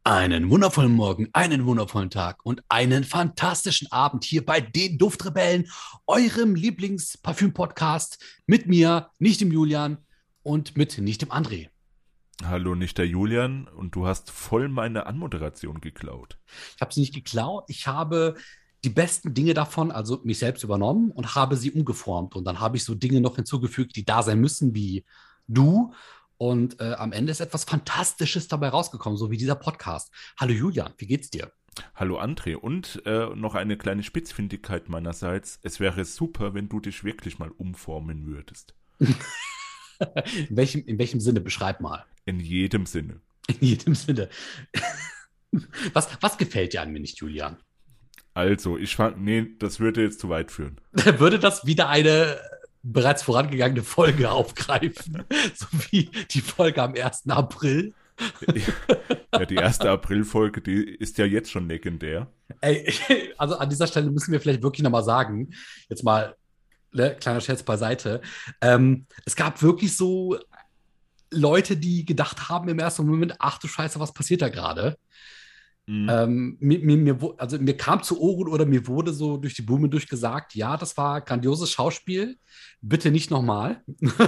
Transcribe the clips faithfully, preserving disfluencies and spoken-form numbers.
Einen wundervollen Morgen, einen wundervollen Tag und einen fantastischen Abend hier bei den Duftrebellen, eurem Lieblings-Parfüm-Podcast mit mir, nicht dem Julian und mit nicht dem André. Hallo, nicht der Julian, und du hast voll meine Anmoderation geklaut. Ich habe sie nicht geklaut, ich habe die besten Dinge davon, also mich selbst übernommen und habe sie umgeformt. Und dann habe ich so Dinge noch hinzugefügt, die da sein müssen, wie du. Und äh, am Ende ist etwas Fantastisches dabei rausgekommen, so wie dieser Podcast. Hallo Julian, wie geht's dir? Hallo André, und äh, noch eine kleine Spitzfindigkeit meinerseits. Es wäre super, wenn du dich wirklich mal umformen würdest. In welchem, in welchem Sinne? Beschreib mal. In jedem Sinne. In jedem Sinne. Was, was gefällt dir an mir nicht, Julian? Also, ich fand, nee, das würde jetzt zu weit führen. Würde das wieder eine bereits vorangegangene Folge aufgreifen? So wie die Folge am ersten April? Ja, die erste April-Folge, die ist ja jetzt schon legendär. Ey, also an dieser Stelle müssen wir vielleicht wirklich nochmal sagen, jetzt mal, ne, kleiner Scherz beiseite, ähm, es gab wirklich so Leute, die gedacht haben im ersten Moment, ach du Scheiße, was passiert da gerade? Mhm. Ähm, mir, mir, mir, wo- also mir kam zu Ohren oder mir wurde so durch die Blume durchgesagt, ja, das war grandioses Schauspiel, bitte nicht nochmal.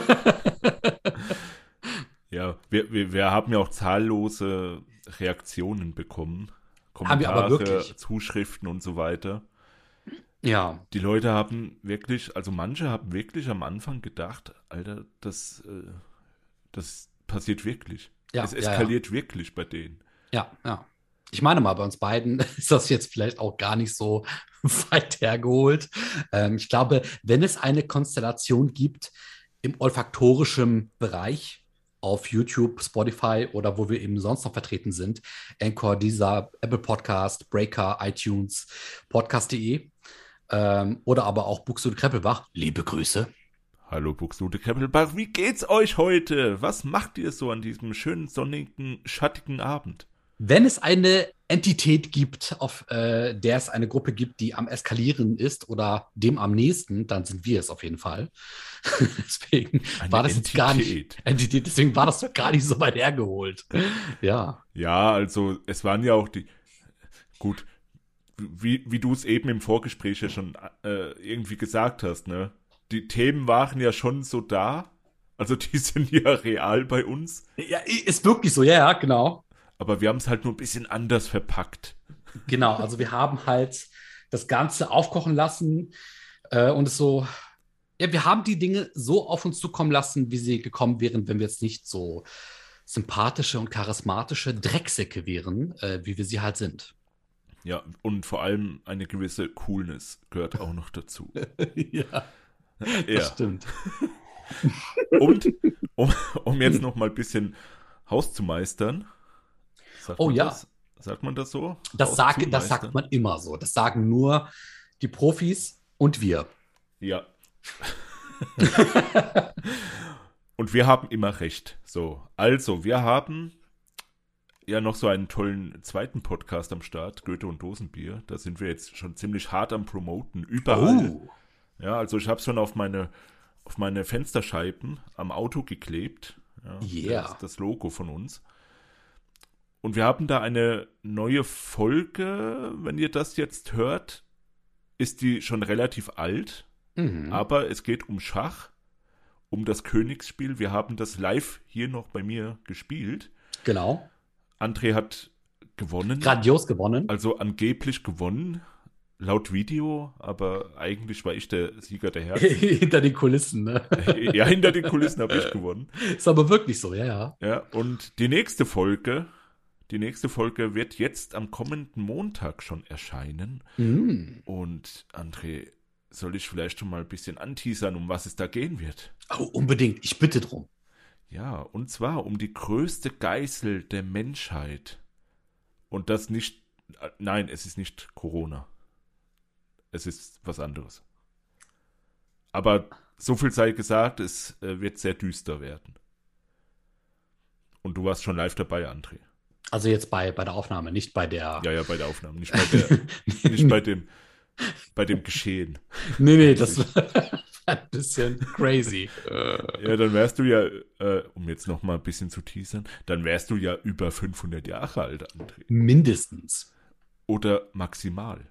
Ja, wir, wir, wir haben ja auch zahllose Reaktionen bekommen. Haben wir aber Kommentare, wirklich. Zuschriften und so weiter. Ja, Die Leute haben wirklich, also manche haben wirklich am Anfang gedacht, Alter, das, äh, das passiert wirklich. ja, Es ja, ja, eskaliert wirklich bei denen. ja, ja. Ich meine mal, bei uns beiden ist das jetzt vielleicht auch gar nicht so weit hergeholt. Ähm, ich glaube, wenn es eine Konstellation gibt im olfaktorischen Bereich auf YouTube, Spotify oder wo wir eben sonst noch vertreten sind, Anchor, Deezer, Apple Podcast, Breaker, iTunes, Podcast punkt de ähm, oder aber auch Buxtehude Kreppelbach. Liebe Grüße. Hallo Buxtehude Kreppelbach, wie geht's euch heute? Was macht ihr so an diesem schönen, sonnigen, schattigen Abend? Wenn es eine Entität gibt, auf äh, der es eine Gruppe gibt, die am Eskalieren ist oder dem am nächsten, dann sind wir es auf jeden Fall. Deswegen Eine war das jetzt gar nicht Entität. Entität, deswegen war das gar nicht so weit hergeholt. Ja. Ja, also es waren ja auch die, gut, wie, wie du es eben im Vorgespräch ja schon äh, irgendwie gesagt hast, ne? Die Themen waren ja schon so da, also die sind ja real bei uns, Ja, ist wirklich so, ja, ja, genau. aber wir haben es halt nur ein bisschen anders verpackt. Genau, also wir haben halt das Ganze aufkochen lassen äh, und es so, ja, wir haben die Dinge so auf uns zukommen lassen, wie sie gekommen wären, wenn wir jetzt nicht so sympathische und charismatische Drecksäcke wären, äh, wie wir sie halt sind. Ja, und vor allem eine gewisse Coolness gehört auch noch dazu. Ja, das Ja, stimmt. und um, um jetzt noch mal ein bisschen Haus zu meistern, sagt Oh man ja, das? Sagt man das so? das, Haus sag, zu das sagt meistern? man immer so. Das sagen nur die Profis und wir. Ja. Und wir haben immer recht. So, also, wir haben ja noch so einen tollen zweiten Podcast am Start, Goethe und Dosenbier. Da sind wir jetzt schon ziemlich hart am Promoten, überall. Oh, Ja, also ich habe schon auf meine, auf meine Fensterscheiben am Auto geklebt. Ja, yeah. das, das Logo von uns. Und wir haben da eine neue Folge, wenn ihr das jetzt hört, ist die schon relativ alt, Mhm. aber es geht um Schach, um das Königsspiel. Wir haben das live hier noch bei mir gespielt. Genau. André hat gewonnen, Grandios gewonnen. also angeblich gewonnen, laut Video, aber eigentlich war ich der Sieger der Herzen. Hinter den Kulissen, ne? Ja, hinter den Kulissen habe ich gewonnen. Ist aber wirklich so, ja, ja. Ja, und die nächste Folge, die nächste Folge wird jetzt am kommenden Montag schon erscheinen. Mhm. Und André, soll ich vielleicht schon mal ein bisschen anteasern, um was es da gehen wird? Oh, unbedingt. Ich bitte drum. Ja, und zwar um die größte Geißel der Menschheit. Und das nicht, äh, nein, es ist nicht Corona. Es ist was anderes. Aber so viel sei gesagt, es äh, wird sehr düster werden. Und du warst schon live dabei, André. Also jetzt bei, bei der Aufnahme, nicht bei der. Ja, ja, bei der Aufnahme, nicht bei der, nicht bei dem, bei dem Geschehen. Nee, nee, das Ein bisschen crazy. Ja, dann wärst du ja, äh, um jetzt noch mal ein bisschen zu teasern, dann wärst du ja über fünfhundert Jahre alt, André. Mindestens. Oder maximal.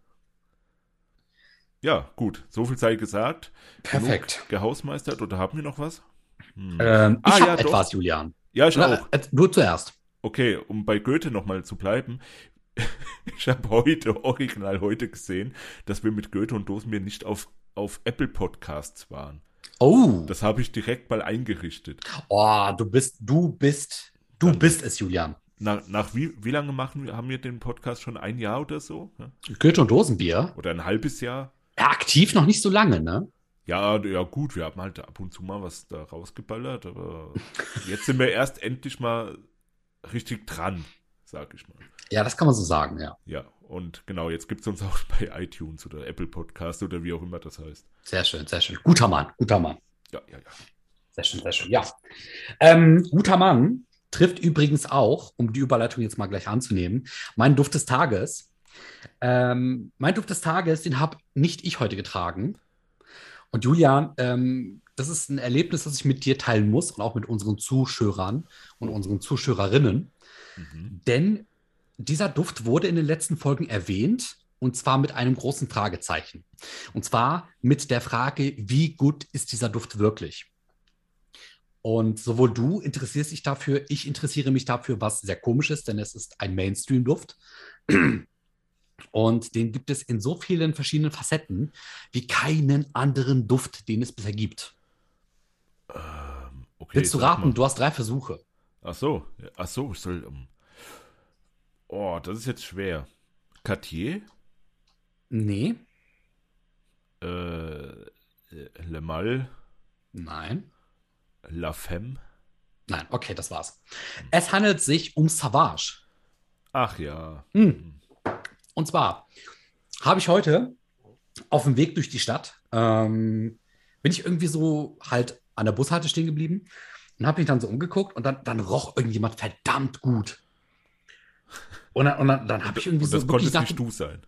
Ja, gut, so viel sei gesagt. Perfekt. Genug gehausmeistert, oder haben wir noch was? Hm. Ähm, Ah, ich ja, habe doch. etwas, Julian. Ja, ich Na, auch. äh, du zuerst. Okay, um bei Goethe nochmal zu bleiben. Ich habe heute, original heute gesehen, dass wir mit Goethe und Dosenbier nicht auf, auf Apple Podcasts waren. Oh. Das habe ich direkt mal eingerichtet. Oh, du bist, du bist, du Danke. bist es, Julian. Nach, nach wie, wie lange machen wir, haben wir den Podcast schon? Ein Jahr oder so? Ja? Goethe und Dosenbier. Oder ein halbes Jahr? Ja, aktiv noch nicht so lange, ne? Ja, ja gut, wir haben halt ab und zu mal was da rausgeballert, aber jetzt sind wir erst endlich mal richtig dran, sag ich mal. Ja, das kann man so sagen, ja. Ja, und genau, jetzt gibt es uns auch bei iTunes oder Apple Podcast oder wie auch immer das heißt. Sehr schön, sehr schön. Guter Mann, guter Mann. Ja, ja, ja. Sehr schön, sehr schön, ja. Ähm, guter Mann trifft übrigens auch, um die Überleitung jetzt mal gleich anzunehmen, meinen Duft des Tages. Ähm, mein Duft des Tages, den habe nicht ich heute getragen. Und Julian, ähm, das ist ein Erlebnis, das ich mit dir teilen muss und auch mit unseren Zuschauern und Oh. unseren Zuschauerinnen. Mhm. Denn dieser Duft wurde in den letzten Folgen erwähnt und zwar mit einem großen Fragezeichen. Und zwar mit der Frage, wie gut ist dieser Duft wirklich? Und sowohl du interessierst dich dafür, ich interessiere mich dafür, was sehr komisch ist, denn es ist ein Mainstream-Duft. Und den gibt es in so vielen verschiedenen Facetten wie keinen anderen Duft, den es bisher gibt. Ähm, okay, Willst du sag raten? mal. Du hast drei Versuche. Ach so, ja, ach so, ich soll. Um, oh, das ist jetzt schwer. Cartier? Nee, Äh, Le Mal? nein, La Femme? nein. Okay, das war's. Es handelt sich um Savage. Ach ja. Hm. Und zwar habe ich heute auf dem Weg durch die Stadt, ähm, bin ich irgendwie so halt an der Bushalte stehen geblieben und habe mich dann so umgeguckt und dann, dann roch irgendjemand verdammt gut. Und dann, und dann, dann habe ich irgendwie Und das so konnte wirklich nicht nach du sein.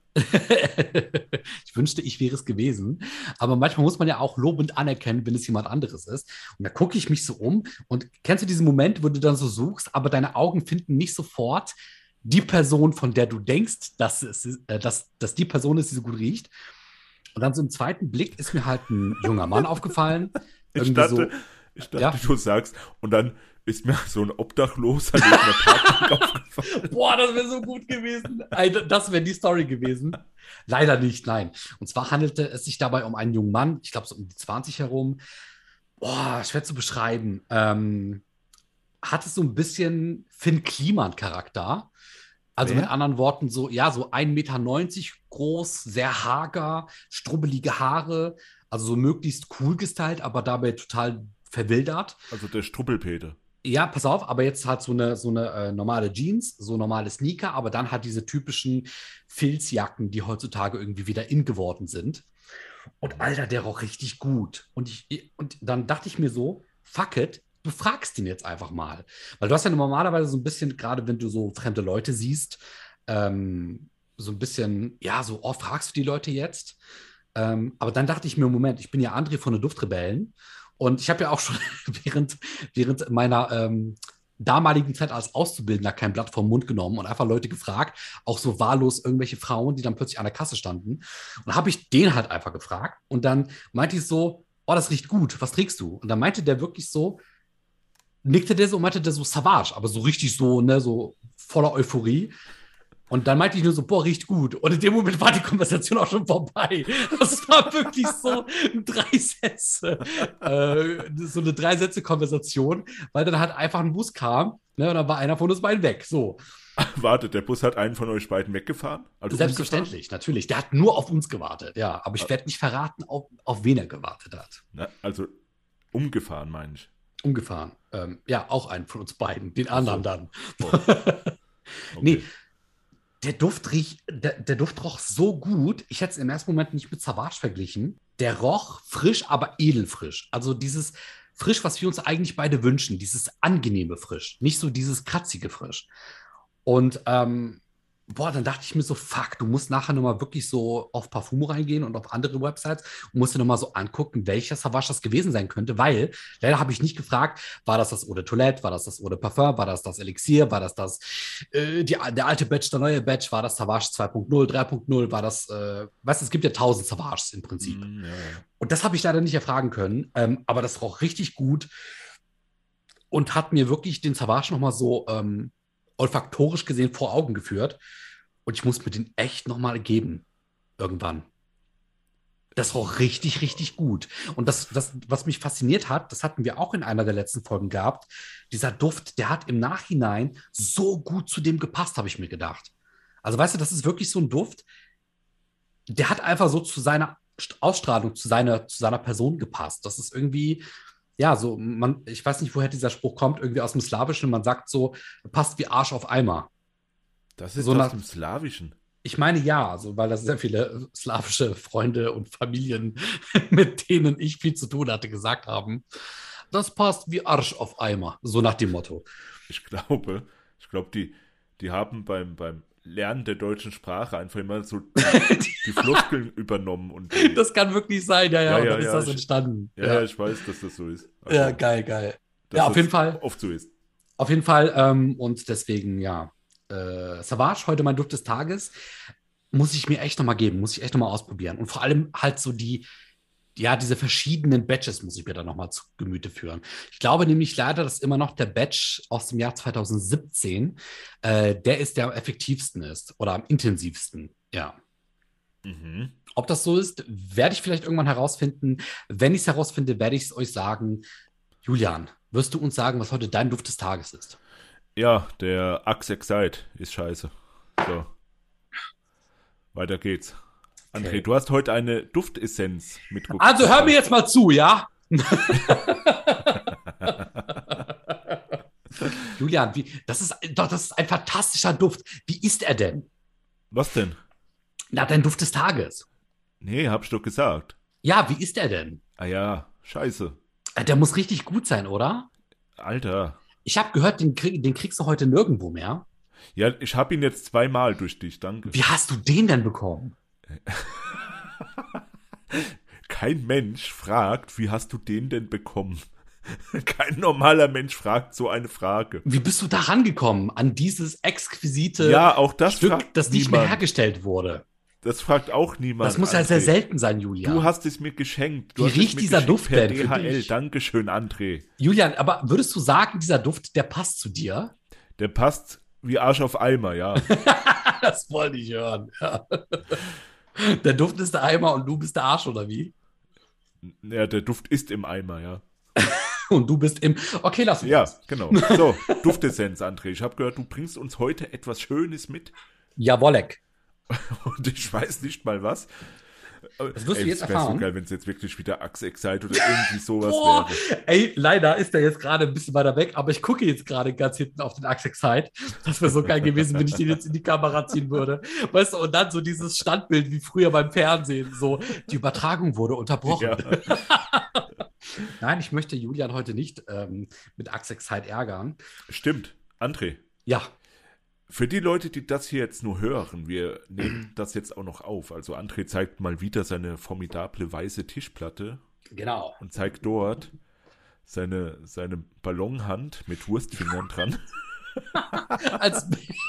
Ich wünschte, ich wäre es gewesen. Aber manchmal muss man ja auch lobend anerkennen, wenn es jemand anderes ist. Und da gucke ich mich so um und kennst du diesen Moment, wo du dann so suchst, aber deine Augen finden nicht sofort die Person, von der du denkst, dass, es, äh, dass, dass die Person ist, die so gut riecht. Und dann so im zweiten Blick ist mir halt ein junger Mann aufgefallen. Ich Irgendwie dachte, so, ich dachte ja. du sagst, und dann ist mir so ein Obdachloser neben der Parkbank aufgefallen. Boah, das wäre so gut gewesen. Das wäre die Story gewesen. Leider nicht, nein. Und zwar handelte es sich dabei um einen jungen Mann, ich glaube so um die zwanzig herum. Boah, schwer zu beschreiben. Ähm, hatte so ein bisschen Finn Kliman-Charakter. Also Wer? mit anderen Worten, so, ja, so ein Meter neunzig groß, sehr hager, strubbelige Haare, also so möglichst cool gestylt, aber dabei total verwildert. Also der Struppelpeter. Ja, pass auf, aber jetzt halt so eine, so eine äh, normale Jeans, so normale Sneaker, aber dann halt diese typischen Filzjacken, die heutzutage irgendwie wieder in geworden sind. Und Alter, der roch richtig gut. Und, ich, und dann dachte ich mir so, fuck it, du fragst ihn jetzt einfach mal. Weil du hast ja normalerweise so ein bisschen, gerade wenn du so fremde Leute siehst, ähm, so ein bisschen, ja, so, oh, fragst du die Leute jetzt? Ähm, aber dann dachte ich mir, Moment, ich bin ja André von den Duftrebellen und ich habe ja auch schon während, während meiner ähm, damaligen Zeit als Auszubildender kein Blatt vom Mund genommen und einfach Leute gefragt, auch so wahllos irgendwelche Frauen, die dann plötzlich an der Kasse standen. Und habe ich den halt einfach gefragt und dann meinte ich so, oh, das riecht gut, was trägst du? Und dann meinte der wirklich so, nickte der so und meinte der so Savage, aber so richtig so, ne, so voller Euphorie. Und dann meinte ich nur so, boah, riecht gut. Und in dem Moment war die Konversation auch schon vorbei. Das war wirklich so drei Sätze, äh, so eine Drei-Sätze-Konversation, weil dann halt einfach ein Bus kam, ne, und dann war einer von uns beiden weg. So. Warte, der Bus hat einen von euch beiden weggefahren? Also Selbstverständlich, natürlich. Der hat nur auf uns gewartet, ja. Aber ich werde nicht verraten, auf, auf wen er gewartet hat. Na, also umgefahren, meine ich. Umgefahren. Ähm, ja, auch einen von uns beiden. Den anderen so. dann. Oh. Okay. Nee, der Duft, riech, der, der Duft roch so gut, ich hätte es im ersten Moment nicht mit Savage verglichen. Der roch frisch, aber edelfrisch. Also dieses frisch, was wir uns eigentlich beide wünschen, dieses angenehme Frisch, nicht so dieses kratzige Frisch. Und ähm, boah, dann dachte ich mir so, fuck, du musst nachher nochmal wirklich so auf Parfum reingehen und auf andere Websites und musst dir nochmal so angucken, welcher Savage das gewesen sein könnte, weil leider habe ich nicht gefragt, war das das Eau de Toilette, war das das Eau de Parfum, war das das Elixier, war das das, äh, die, der alte Batch, der neue Batch, war das Savage zwei Punkt null, drei Punkt null, war das, äh, weißt du, es gibt ja tausend Savages im Prinzip. Mm, ja, ja. Und das habe ich leider nicht erfragen können, ähm, aber das roch richtig gut und hat mir wirklich den Savage nochmal so ähm, olfaktorisch gesehen vor Augen geführt. Und ich muss mir den echt nochmal geben. Irgendwann. Das roch richtig, richtig gut. Und das, das, was mich fasziniert hat, das hatten wir auch in einer der letzten Folgen gehabt. Dieser Duft, der hat im Nachhinein so gut zu dem gepasst, habe ich mir gedacht. Also, weißt du, das ist wirklich so ein Duft, der hat einfach so zu seiner Ausstrahlung, zu seiner, zu seiner Person gepasst. Das ist irgendwie, ja, so, man, ich weiß nicht, woher dieser Spruch kommt, irgendwie aus dem Slawischen. Man sagt so, passt wie Arsch auf Eimer. Das ist So aus nach, dem Slawischen. Ich meine ja, also, weil das sehr viele slawische Freunde und Familien, mit denen ich viel zu tun hatte, gesagt haben, das passt wie Arsch auf Eimer, so nach dem Motto. Ich glaube, ich glaube, die, die haben beim, beim Lernen der deutschen Sprache einfach immer so die, die Floskeln übernommen. Und die, Das kann wirklich sein, ja, ja, Ja, und ja, dann ist ja, das ich- entstanden. ja, ja, ich weiß, dass das so ist. Also, ja, geil, geil. dass Ja, auf das jeden Fall. Oft so ist. Auf jeden Fall. Ähm, und deswegen, ja, äh, Savage, heute mein Duft des Tages, muss ich mir echt nochmal geben, muss ich echt nochmal ausprobieren. Und vor allem halt so die, ja, diese verschiedenen Batches muss ich mir dann nochmal zu Gemüte führen. Ich glaube nämlich leider, dass immer noch der Batch aus dem Jahr zwanzig siebzehn, äh, der ist, der am effektivsten ist oder am intensivsten, ja. Mhm. Ob das so ist, werde ich vielleicht irgendwann herausfinden. Wenn ich es herausfinde, werde ich es euch sagen. Julian, wirst du uns sagen, was heute dein Duft des Tages ist? Ja, der Axe Excite ist scheiße. So. Weiter geht's. André, Okay. du hast heute eine Duftessenz mitgebracht. Also hör mir jetzt mal zu, ja? Julian, wie, das ist doch, das ist ein fantastischer Duft. Wie ist er denn? Was denn? Na, dein Duft des Tages. Nee, hab ich doch gesagt. Ja, wie ist er denn? Ah ja, scheiße. Äh, Der muss richtig gut sein, oder? Alter. Ich habe gehört, den, krieg, den kriegst du heute nirgendwo mehr. Ja, ich hab ihn jetzt zweimal durch dich, danke. Wie hast du den denn bekommen? Kein Mensch fragt, wie hast du den denn bekommen? Kein normaler Mensch fragt so eine Frage. Wie bist du da rangekommen an dieses exquisite Ja, auch das Stück, fragt das nicht mehr niemand. hergestellt wurde? Das fragt auch niemand. Das muss ja André. sehr selten sein, Julian. Du hast es mir geschenkt. Du Wie hast es riecht mir dieser geschickt Duft per denn für D H L. dich? Dankeschön, André. Julian, aber würdest du sagen, dieser Duft, der passt zu dir? Der passt wie Arsch auf Eimer, ja. Das wollte ich hören. Ja. Der Duft ist der Eimer und du bist der Arsch, oder wie? Ja, der Duft ist im Eimer, ja. Und du bist im. Okay, lass uns Ja, das. genau. So, Duftessenz, André. Ich habe gehört, du bringst uns heute etwas Schönes mit. Jawollek. Und ich weiß nicht mal was. Das wirst du jetzt Es wäre so erfahren. geil, wenn es jetzt wirklich wieder Axe Excite oder irgendwie sowas Boah, wäre. ey, leider ist er jetzt gerade ein bisschen weiter weg, aber ich gucke jetzt gerade ganz hinten auf den Axe Excite. Das wäre so geil gewesen, wenn ich den jetzt in die Kamera ziehen würde. Weißt du, und dann so dieses Standbild wie früher beim Fernsehen, so die Übertragung wurde unterbrochen. Ja, Nein, ich möchte Julian heute nicht ähm, mit Axe Excite ärgern. stimmt. André, Ja, für die Leute, die das hier jetzt nur hören, wir nehmen das jetzt auch noch auf. Also André zeigt mal wieder seine formidable weiße Tischplatte genau. und zeigt dort seine, seine Ballonhand mit Wurstfingern dran. Als,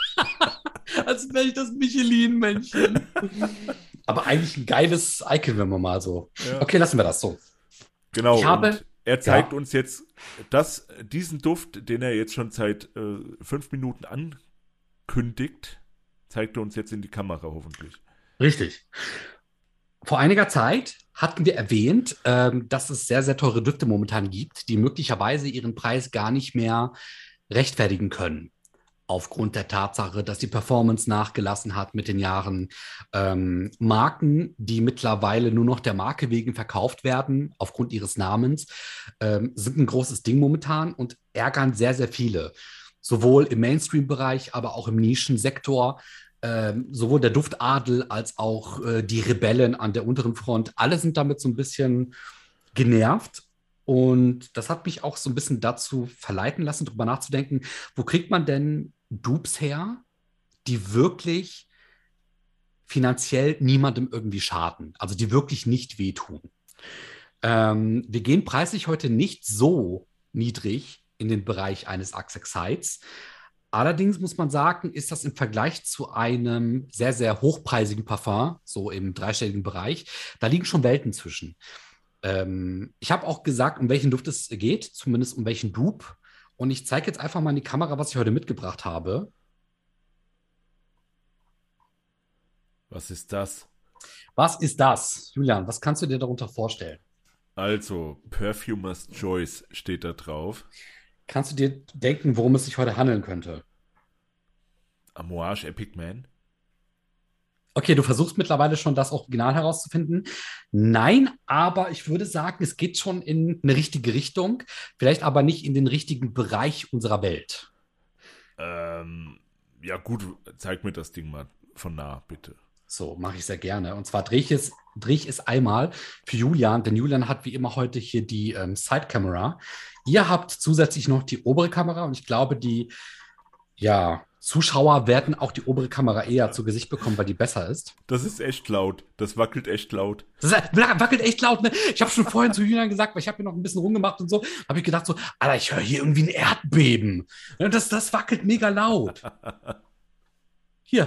als wäre ich das Michelin-Männchen. Aber eigentlich ein geiles Icon, wenn man mal so. Ja. Okay, lassen wir das so. Genau, Ich habe- und er zeigt ja. uns jetzt das, diesen Duft, den er jetzt schon seit äh, fünf Minuten ankündigt, zeigt er uns jetzt in die Kamera hoffentlich. Richtig. Vor einiger Zeit hatten wir erwähnt, ähm, dass es sehr, sehr teure Düfte momentan gibt, die möglicherweise ihren Preis gar nicht mehr rechtfertigen können. Aufgrund der Tatsache, dass die Performance nachgelassen hat mit den Jahren. Ähm, Marken, die mittlerweile nur noch der Marke wegen verkauft werden, aufgrund ihres Namens, ähm, sind ein großes Ding momentan und ärgern sehr, sehr viele. Sowohl im Mainstream-Bereich, aber auch im Nischensektor. Ähm, sowohl der Duftadel als auch äh, die Rebellen an der unteren Front, alle sind damit so ein bisschen genervt. Und das hat mich auch so ein bisschen dazu verleiten lassen, darüber nachzudenken, wo kriegt man denn Dupes her, die wirklich finanziell niemandem irgendwie schaden, also die wirklich nicht wehtun. Ähm, wir gehen preislich heute nicht so niedrig in den Bereich eines Axe Sites. Allerdings muss man sagen, ist das im Vergleich zu einem sehr, sehr hochpreisigen Parfum, so im dreistelligen Bereich, da liegen schon Welten zwischen. Ähm, ich habe auch gesagt, um welchen Duft es geht, zumindest um welchen Dupe. Und ich zeige jetzt einfach mal in die Kamera, was ich heute mitgebracht habe. Was ist das? Was ist das? Julian, was kannst du dir darunter vorstellen? Also, Perfumer's Choice steht da drauf. Kannst du dir denken, worum es sich heute handeln könnte? Amouage Epic Man. Okay, du versuchst mittlerweile schon das Original herauszufinden. Nein, aber ich würde sagen, es geht schon in eine richtige Richtung, vielleicht aber nicht in den richtigen Bereich unserer Welt. Ähm, ja gut, zeig mir das Ding mal von nah, bitte. So, mache ich sehr gerne. Und zwar drehe ich es, drehe ich es einmal für Julian, denn Julian hat wie immer heute hier die ähm, Side-Camera. Ihr habt zusätzlich noch die obere Kamera und ich glaube, die ja, Zuschauer werden auch die obere Kamera eher zu Gesicht bekommen, weil die besser ist. Das ist echt laut. Das wackelt echt laut. Das ist, wackelt echt laut, ne? Ich habe schon vorhin zu Julian gesagt, weil ich habe hier noch ein bisschen rumgemacht und so, habe ich gedacht so, Alter, ich höre hier irgendwie ein Erdbeben. Das, das wackelt mega laut. Hier.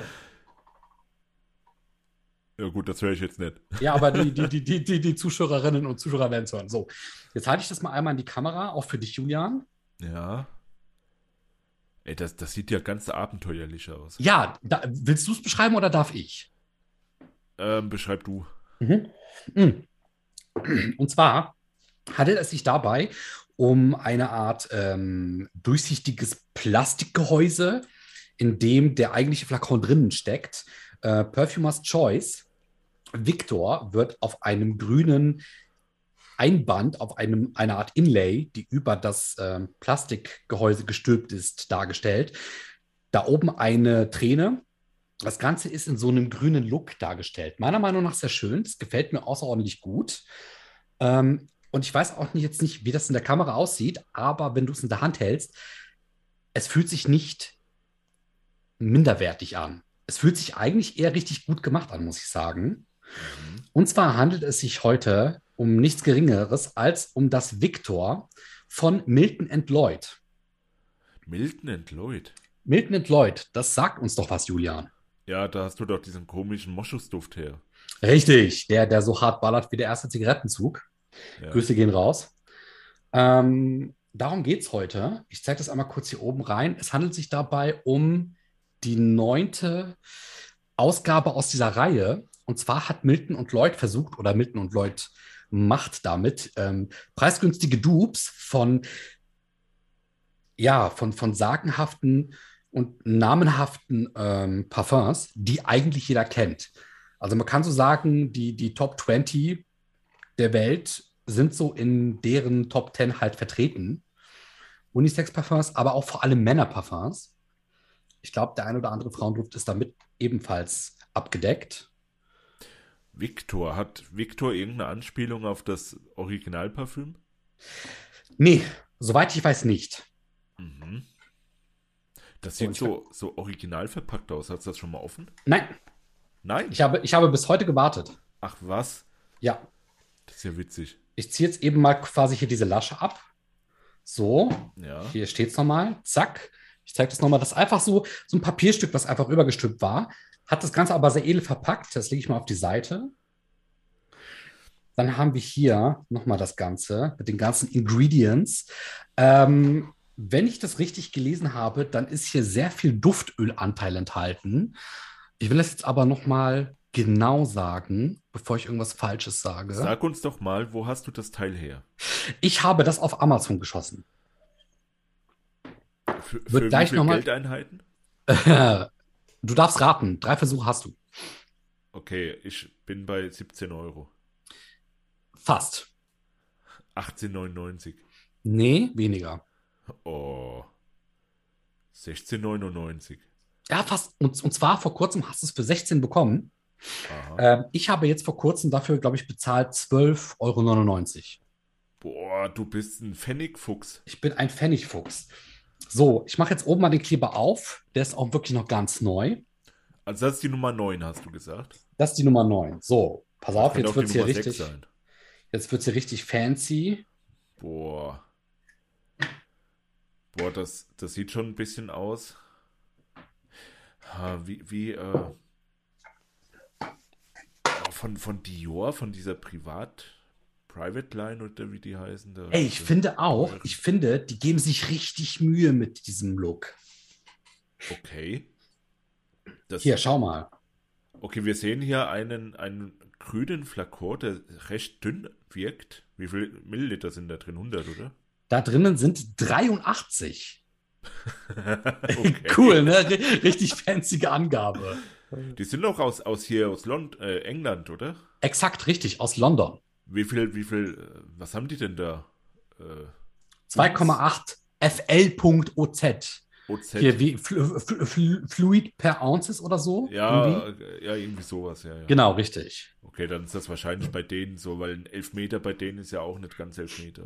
Ja gut, das höre ich jetzt nicht. Ja, aber die, die, die, die, die, die Zuschauerinnen und Zuschauer werden es hören. So, jetzt halte ich das mal einmal in die Kamera, auch für dich, Julian. Ja. Ey, das, das sieht ja ganz abenteuerlich aus. Ja, da, willst du es beschreiben oder darf ich? Ähm, beschreib du. Mhm. Mhm. Und zwar handelt es sich dabei um eine Art ähm, durchsichtiges Plastikgehäuse, in dem der eigentliche Flakon drinnen steckt. Äh, Perfumer's Choice. Victor wird auf einem grünen Einband, auf einem, einer Art Inlay, die über das ähm, Plastikgehäuse gestülpt ist, dargestellt. Da oben eine Träne. Das Ganze ist in so einem grünen Look dargestellt. Meiner Meinung nach sehr schön. Das gefällt mir außerordentlich gut. Ähm, und ich weiß auch nicht, jetzt nicht, wie das in der Kamera aussieht, aber wenn du es in der Hand hältst, es fühlt sich nicht minderwertig an. Es fühlt sich eigentlich eher richtig gut gemacht an, muss ich sagen. Mhm. Und zwar handelt es sich heute um nichts Geringeres als um das Victor von Milton and Lloyd. Milton and Lloyd. Milton and Lloyd, das sagt uns doch was, Julian. Ja, da hast du doch diesen komischen Moschusduft her. Richtig, der, der so hart ballert wie der erste Zigarettenzug. Ja. Grüße gehen raus. Ähm, darum geht es heute. Ich zeige das einmal kurz hier oben rein. Es handelt sich dabei um die neunte Ausgabe aus dieser Reihe. Und zwar hat Milton und Lloyd versucht, oder Milton und Lloyd macht damit, ähm, preisgünstige Dupes von, ja, von, von sagenhaften und namenhaften ähm, Parfums, die eigentlich jeder kennt. Also man kann so sagen, die, die Top zwanzig der Welt sind so in deren Top zehn halt vertreten. Unisex-Parfums, aber auch vor allem Männer-Parfums. Ich glaube, der ein oder andere Frauenduft ist damit ebenfalls abgedeckt. Victor, hat Victor irgendeine Anspielung auf das Originalparfüm? Nee, soweit ich weiß nicht. Mhm. Das So, sieht ich- so, so original verpackt aus. Hast du das schon mal offen? Nein, Nein? ich habe, ich habe bis heute gewartet. Ach was? Ja, Das ist ja witzig. ich ziehe jetzt eben mal quasi hier diese Lasche ab. So, Ja. hier steht es nochmal. Zack. Ich zeige das nochmal. Das ist einfach so, so ein Papierstück, was einfach übergestülpt war. Hat das Ganze aber sehr edel verpackt. Das lege ich mal auf die Seite. Dann haben wir hier nochmal das Ganze mit den ganzen Ingredients. Ähm, wenn ich das richtig gelesen habe, dann ist hier sehr viel Duftölanteil enthalten. Ich will das jetzt aber nochmal genau sagen, bevor ich irgendwas Falsches sage. Sag uns doch mal, wo hast du das Teil her? Ich habe das auf Amazon geschossen. Für, Wird für wie gleich viel noch mal- Geldeinheiten? Du darfst raten. Drei Versuche hast du. Okay, ich bin bei siebzehn Euro. Fast. achtzehn neunundneunzig. Nee, weniger. Oh. sechzehn neunundneunzig. Ja, fast. Und, und zwar vor kurzem hast du es für sechzehn bekommen. Aha. Ähm, ich habe jetzt vor kurzem dafür, glaube ich, bezahlt zwölf neunundneunzig Euro. Boah, du bist ein Pfennigfuchs. Ich bin ein Pfennigfuchs. So, ich mache jetzt oben mal den Kleber auf. Der ist auch wirklich noch ganz neu. Also das ist die Nummer neun, hast du gesagt. Das ist die Nummer neun. So, pass Aber es auf, könnte jetzt auch die wird es hier Nummer sechs richtig, sein. jetzt wird's hier richtig fancy. Boah. Boah, das, das sieht schon ein bisschen aus. Ha, wie, wie, äh, von, von Dior, von dieser Privat, Private Line oder wie die heißen. Da, Ey, ich diese finde auch, teuren. ich finde, die geben sich richtig Mühe mit diesem Look. Okay. Das, Hier, schau mal. okay, wir sehen hier einen, einen grünen Flakon, der recht dünn wirkt. Wie viel Milliliter sind da drin? hundert, oder? Da drinnen sind dreiundachtzig. Okay. Cool, ne? R- Richtig fancy Angabe. Die sind doch aus, aus hier, aus Lond äh, England, oder? Exakt richtig, aus London. Wie viel, wie viel, äh, was haben die denn da? Äh, zwei Komma acht F L.O Z. O Z? Hier wie Flu Flu Flu Fluid per Ounces oder so. Ja, Irgendwie. äh, ja, irgendwie sowas, ja, ja. Genau, richtig. Okay, dann ist das wahrscheinlich bei denen so, weil ein Elfmeter bei denen ist ja auch nicht ganz Elfmeter.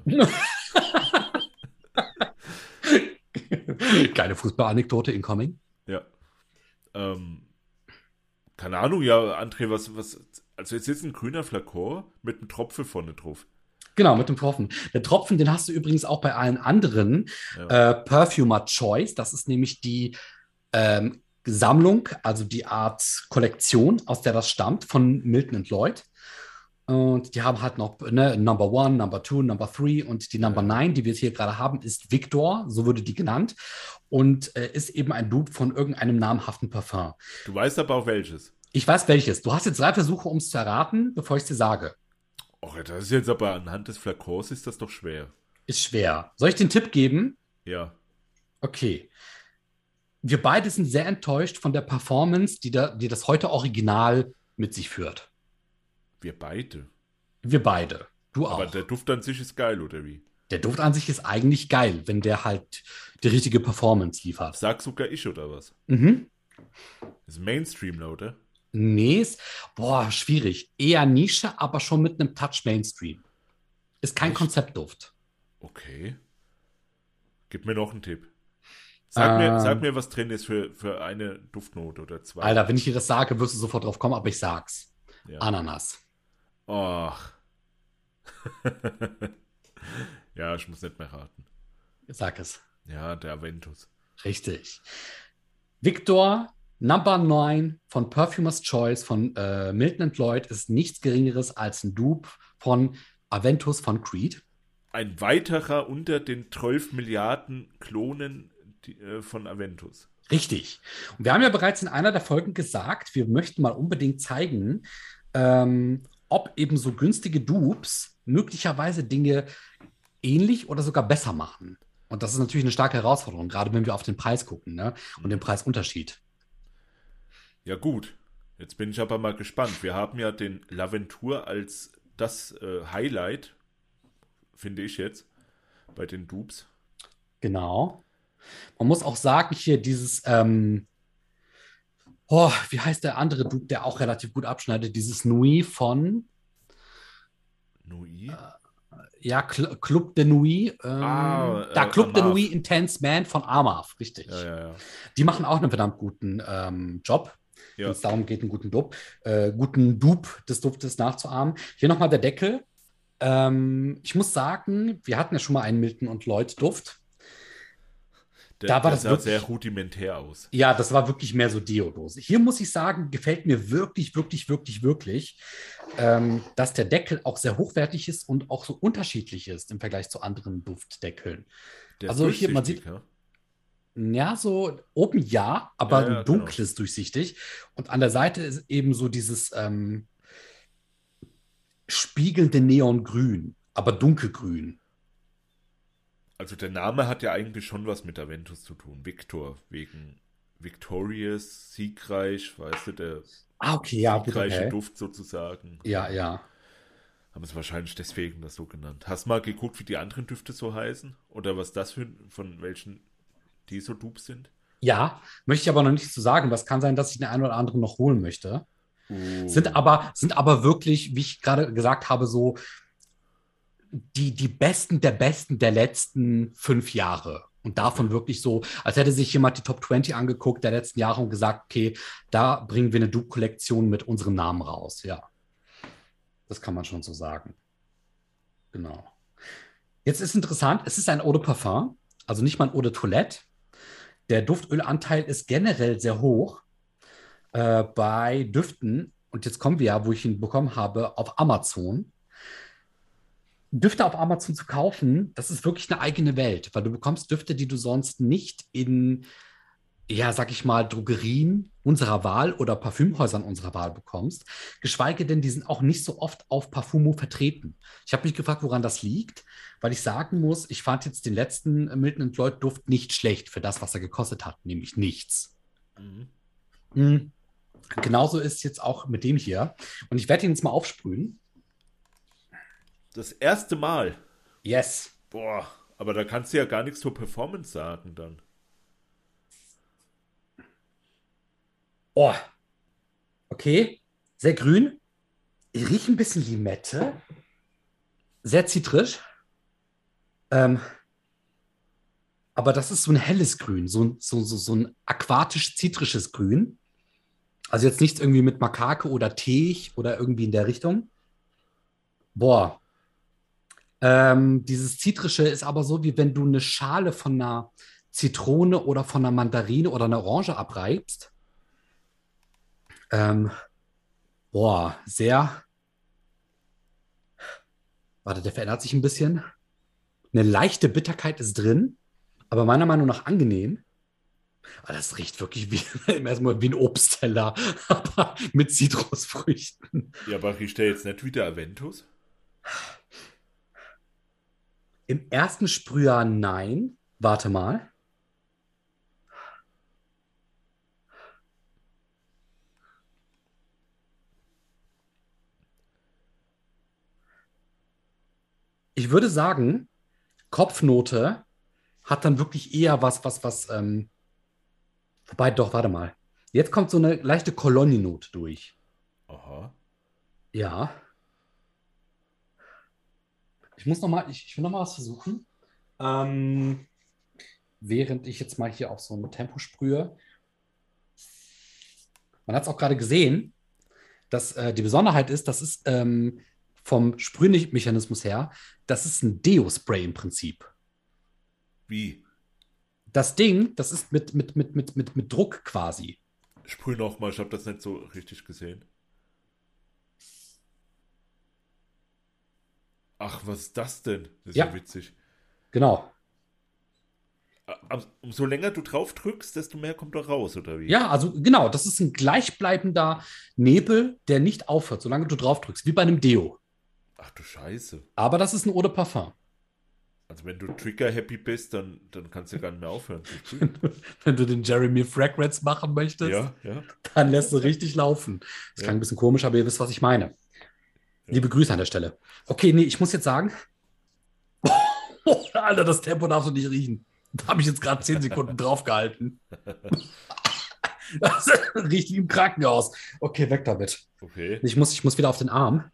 Geile Fußballanekdote incoming. Ja. Ähm, keine Ahnung, ja, André, was, was, also jetzt ist ein grüner Flakon mit einem Tropfen vorne drauf. Genau, mit dem Tropfen. Der Tropfen, den hast du übrigens auch bei allen anderen Ja. äh, Perfumer Choice. Das ist nämlich die ähm, Sammlung, also die Art Kollektion, aus der das stammt, von Milton and Lloyd. Und die haben halt noch ne, Number One, Number Two, Number Three und die Number Ja. Nine, die wir jetzt hier gerade haben, ist Victor, so wurde die genannt und äh, ist eben ein Dupe von irgendeinem namhaften Parfum. Du weißt aber auch welches. Ich weiß welches. Du hast jetzt drei Versuche, um es zu erraten, bevor ich es dir sage. Och, das ist jetzt aber anhand des Flakons ist das doch schwer. Ist schwer. Soll ich den Tipp geben? Ja. Okay. Wir beide sind sehr enttäuscht von der Performance, die, da, die das heute Original mit sich führt. Wir beide. Wir beide. Du Aber auch. der Duft an sich ist geil, oder wie? Der Duft an sich ist eigentlich geil, wenn der halt die richtige Performance liefert. Sag sogar ich, oder was? Mhm. Das ist Mainstream, oder? Nee, ist, boah, schwierig. Eher Nische, aber schon mit einem Touch Mainstream. Ist kein Echt? Konzeptduft. Okay. Gib mir noch einen Tipp. Sag, mir, Ähm, sag mir, was drin ist für, für eine Duftnote oder zwei. Alter, wenn ich dir das sage, wirst du sofort drauf kommen, aber ich sag's. Ja. Ananas. Ach. Ja, ich muss nicht mehr raten. Sag es. Ja, der Aventus. Richtig. Victor Number neun von Perfumer's Choice von äh, Milton and Lloyd ist nichts Geringeres als ein Dupe von Aventus von Creed. Ein weiterer unter den zwölf Milliarden Klonen die, äh, von Aventus. Richtig. Und wir haben ja bereits in einer der Folgen gesagt, wir möchten mal unbedingt zeigen, ähm, ob eben so günstige Dupes möglicherweise Dinge ähnlich oder sogar besser machen. Und das ist natürlich eine starke Herausforderung, gerade wenn wir auf den Preis gucken, ne? Und den Preisunterschied. Ja gut, jetzt bin ich aber mal gespannt. Wir haben ja den Laventur als das äh, Highlight, finde ich jetzt, bei den Dupes. Genau. Man muss auch sagen, hier dieses, ähm, oh, wie heißt der andere Dupe, der auch relativ gut abschneidet, dieses Nuit von, Nui? ja, Cl Club de Nuit, ähm, Ah, da äh, Club de Armaf. Nuit Intense Man von Armaf, richtig. Ja, ja, ja. Die machen auch einen verdammt guten ähm, Job, Ja. wenn es darum geht, einen guten Dupe, äh, guten Dupe des Duftes nachzuahmen. Hier nochmal der Deckel. Ähm, ich muss sagen, wir hatten ja schon mal einen Milton und Lloyd Duft. Der, Da war der das sah wirklich- sehr rudimentär aus. Ja, das war wirklich mehr so Deodose. Hier muss ich sagen, gefällt mir wirklich, wirklich, wirklich, wirklich, ähm, dass der Deckel auch sehr hochwertig ist und auch so unterschiedlich ist im Vergleich zu anderen Duftdeckeln. Der Also ist hier, man durchsichtig, ja? Ja, so oben ja, aber Ja, ja, dunkel genau. ist durchsichtig. Und an der Seite ist eben so dieses ähm, spiegelnde Neongrün, aber dunkelgrün. Also der Name hat ja eigentlich schon was mit Aventus zu tun. Victor, wegen Victorious, siegreich, weißt du, der Ah, okay, ja, gut, siegreiche okay. Duft sozusagen. Ja, ja. Haben es wahrscheinlich deswegen das so genannt. Hast du mal geguckt, wie die anderen Düfte so heißen? Oder was das für, von welchen die so Dupes sind? Ja, möchte ich aber noch nicht zu sagen. Das kann sein, dass ich den einen oder anderen noch holen möchte. Oh. Sind aber, sind aber wirklich, wie ich gerade gesagt habe, so die, die Besten der Besten der letzten fünf Jahre. Und davon wirklich so, als hätte sich jemand die Top zwanzig angeguckt der letzten Jahre und gesagt, okay, da bringen wir eine Dupe-Kollektion mit unserem Namen raus. Ja, das kann man schon so sagen. Genau. Jetzt ist interessant, es ist ein Eau de Parfum, also nicht mal ein Eau de Toilette. Der Duftölanteil ist generell sehr hoch äh, bei Düften. Und jetzt kommen wir ja, wo ich ihn bekommen habe, auf Amazon. Düfte auf Amazon zu kaufen, das ist wirklich eine eigene Welt, weil du bekommst Düfte, die du sonst nicht in, ja, sag ich mal, Drogerien unserer Wahl oder Parfümhäusern unserer Wahl bekommst. Geschweige denn, die sind auch nicht so oft auf Parfumo vertreten. Ich habe mich gefragt, woran das liegt, weil ich sagen muss, ich fand jetzt den letzten Milton and Lloyd Duft nicht schlecht für das, was er gekostet hat, nämlich nichts. Mhm. Mhm. Genauso ist es jetzt auch mit dem hier. Und ich werde ihn jetzt mal aufsprühen. Das erste Mal? Yes. Boah, aber da kannst du ja gar nichts zur Performance sagen dann. Oh, okay. Sehr grün. Ich rieche ein bisschen Limette. Sehr zitrisch. Ähm, aber das ist so ein helles Grün, so, so, so, so ein aquatisch-zitrisches Grün. Also jetzt nichts irgendwie mit Makake oder Teech oder irgendwie in der Richtung. Boah. Ähm, dieses Zitrische ist aber so, wie wenn du eine Schale von einer Zitrone oder von einer Mandarine oder einer Orange abreibst. Ähm, boah, sehr. Warte, der verändert sich ein bisschen. Eine leichte Bitterkeit ist drin, aber meiner Meinung nach angenehm. Aber das riecht wirklich wie, erstmal wie ein Obstteller, aber mit Zitrusfrüchten. Ja, aber riecht der jetzt nicht wie der Aventus? Im ersten Sprühjahr nein. Warte mal. Ich würde sagen, Kopfnote hat dann wirklich eher was, was, was, ähm, wobei, doch, warte mal. Jetzt kommt so eine leichte Cologne-Note durch. Aha. Ja. Ich muss noch mal, ich, ich will noch mal was versuchen. Ähm, während ich jetzt mal hier auf so ein Tempo sprühe. Man hat es auch gerade gesehen, dass äh, die Besonderheit ist, das ist ähm, vom Sprühmechanismus her, das ist ein Deo-Spray im Prinzip. Wie? Das Ding, das ist mit, mit, mit, mit, mit, mit Druck quasi. Sprüh nochmal, ich habe das nicht so richtig gesehen. Ach, was ist das denn? Das ist ja, ja witzig. Genau. Umso länger du drauf drückst, desto mehr kommt da raus, oder wie? Ja, also genau, das ist ein gleichbleibender Nebel, der nicht aufhört, solange du drauf drückst, wie bei einem Deo. Ach du Scheiße. Aber das ist ein Eau de Parfum. Also wenn du Trigger-happy bist, dann, dann kannst du gar nicht mehr aufhören. wenn, du, wenn du den Jeremy Fragrance machen möchtest, ja, ja. dann lässt du richtig laufen. Das ja. klang ein bisschen komisch, aber ihr wisst, was ich meine. Ja. Liebe Grüße an der Stelle. Okay, nee, ich muss jetzt sagen, oh, Alter, das Tempo darfst du nicht riechen. Da habe ich jetzt gerade zehn Sekunden draufgehalten. Das riecht wie im Krankenhaus. Okay, weg damit. Okay. Ich muss, ich muss wieder auf den Arm.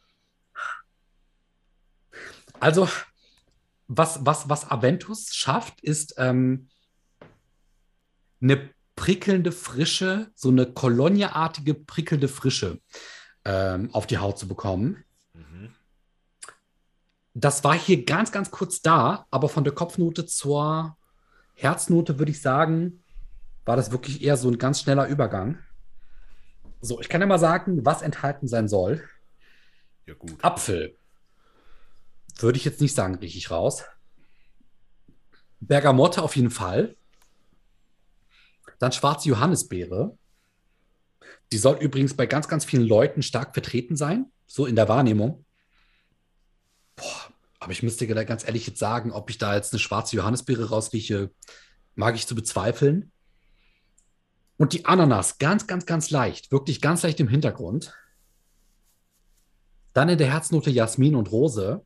Also, was, was, was Aventus schafft, ist ähm, eine prickelnde Frische, so eine Cologne-artige prickelnde Frische ähm, auf die Haut zu bekommen. Mhm. Das war hier ganz, ganz kurz da, aber von der Kopfnote zur Herznote würde ich sagen, war das wirklich eher so ein ganz schneller Übergang. So, ich kann ja mal sagen, was enthalten sein soll. Ja, gut. Apfel. Würde ich jetzt nicht sagen, rieche ich raus. Bergamotte auf jeden Fall. Dann schwarze Johannisbeere. Die soll übrigens bei ganz, ganz vielen Leuten stark vertreten sein, so in der Wahrnehmung. Boah, aber ich müsste da ganz ehrlich jetzt sagen, ob ich da jetzt eine schwarze Johannisbeere rausrieche, mag ich zu bezweifeln. Und die Ananas, ganz, ganz, ganz leicht, wirklich ganz leicht im Hintergrund. Dann in der Herznote Jasmin und Rose.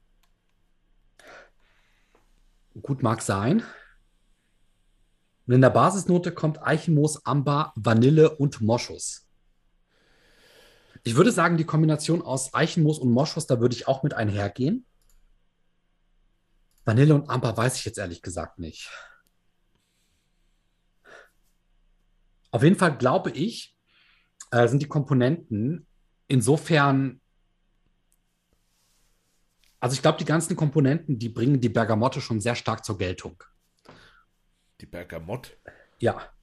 Gut, mag sein. Und in der Basisnote kommt Eichenmoos, Amber, Vanille und Moschus. Ich würde sagen, die Kombination aus Eichenmoos und Moschus, da würde ich auch mit einhergehen. Vanille und Amber weiß ich jetzt ehrlich gesagt nicht. Auf jeden Fall glaube ich, äh, sind die Komponenten insofern, also ich glaube, die ganzen Komponenten, die bringen die Bergamotte schon sehr stark zur Geltung. Die Bergamott. Ja,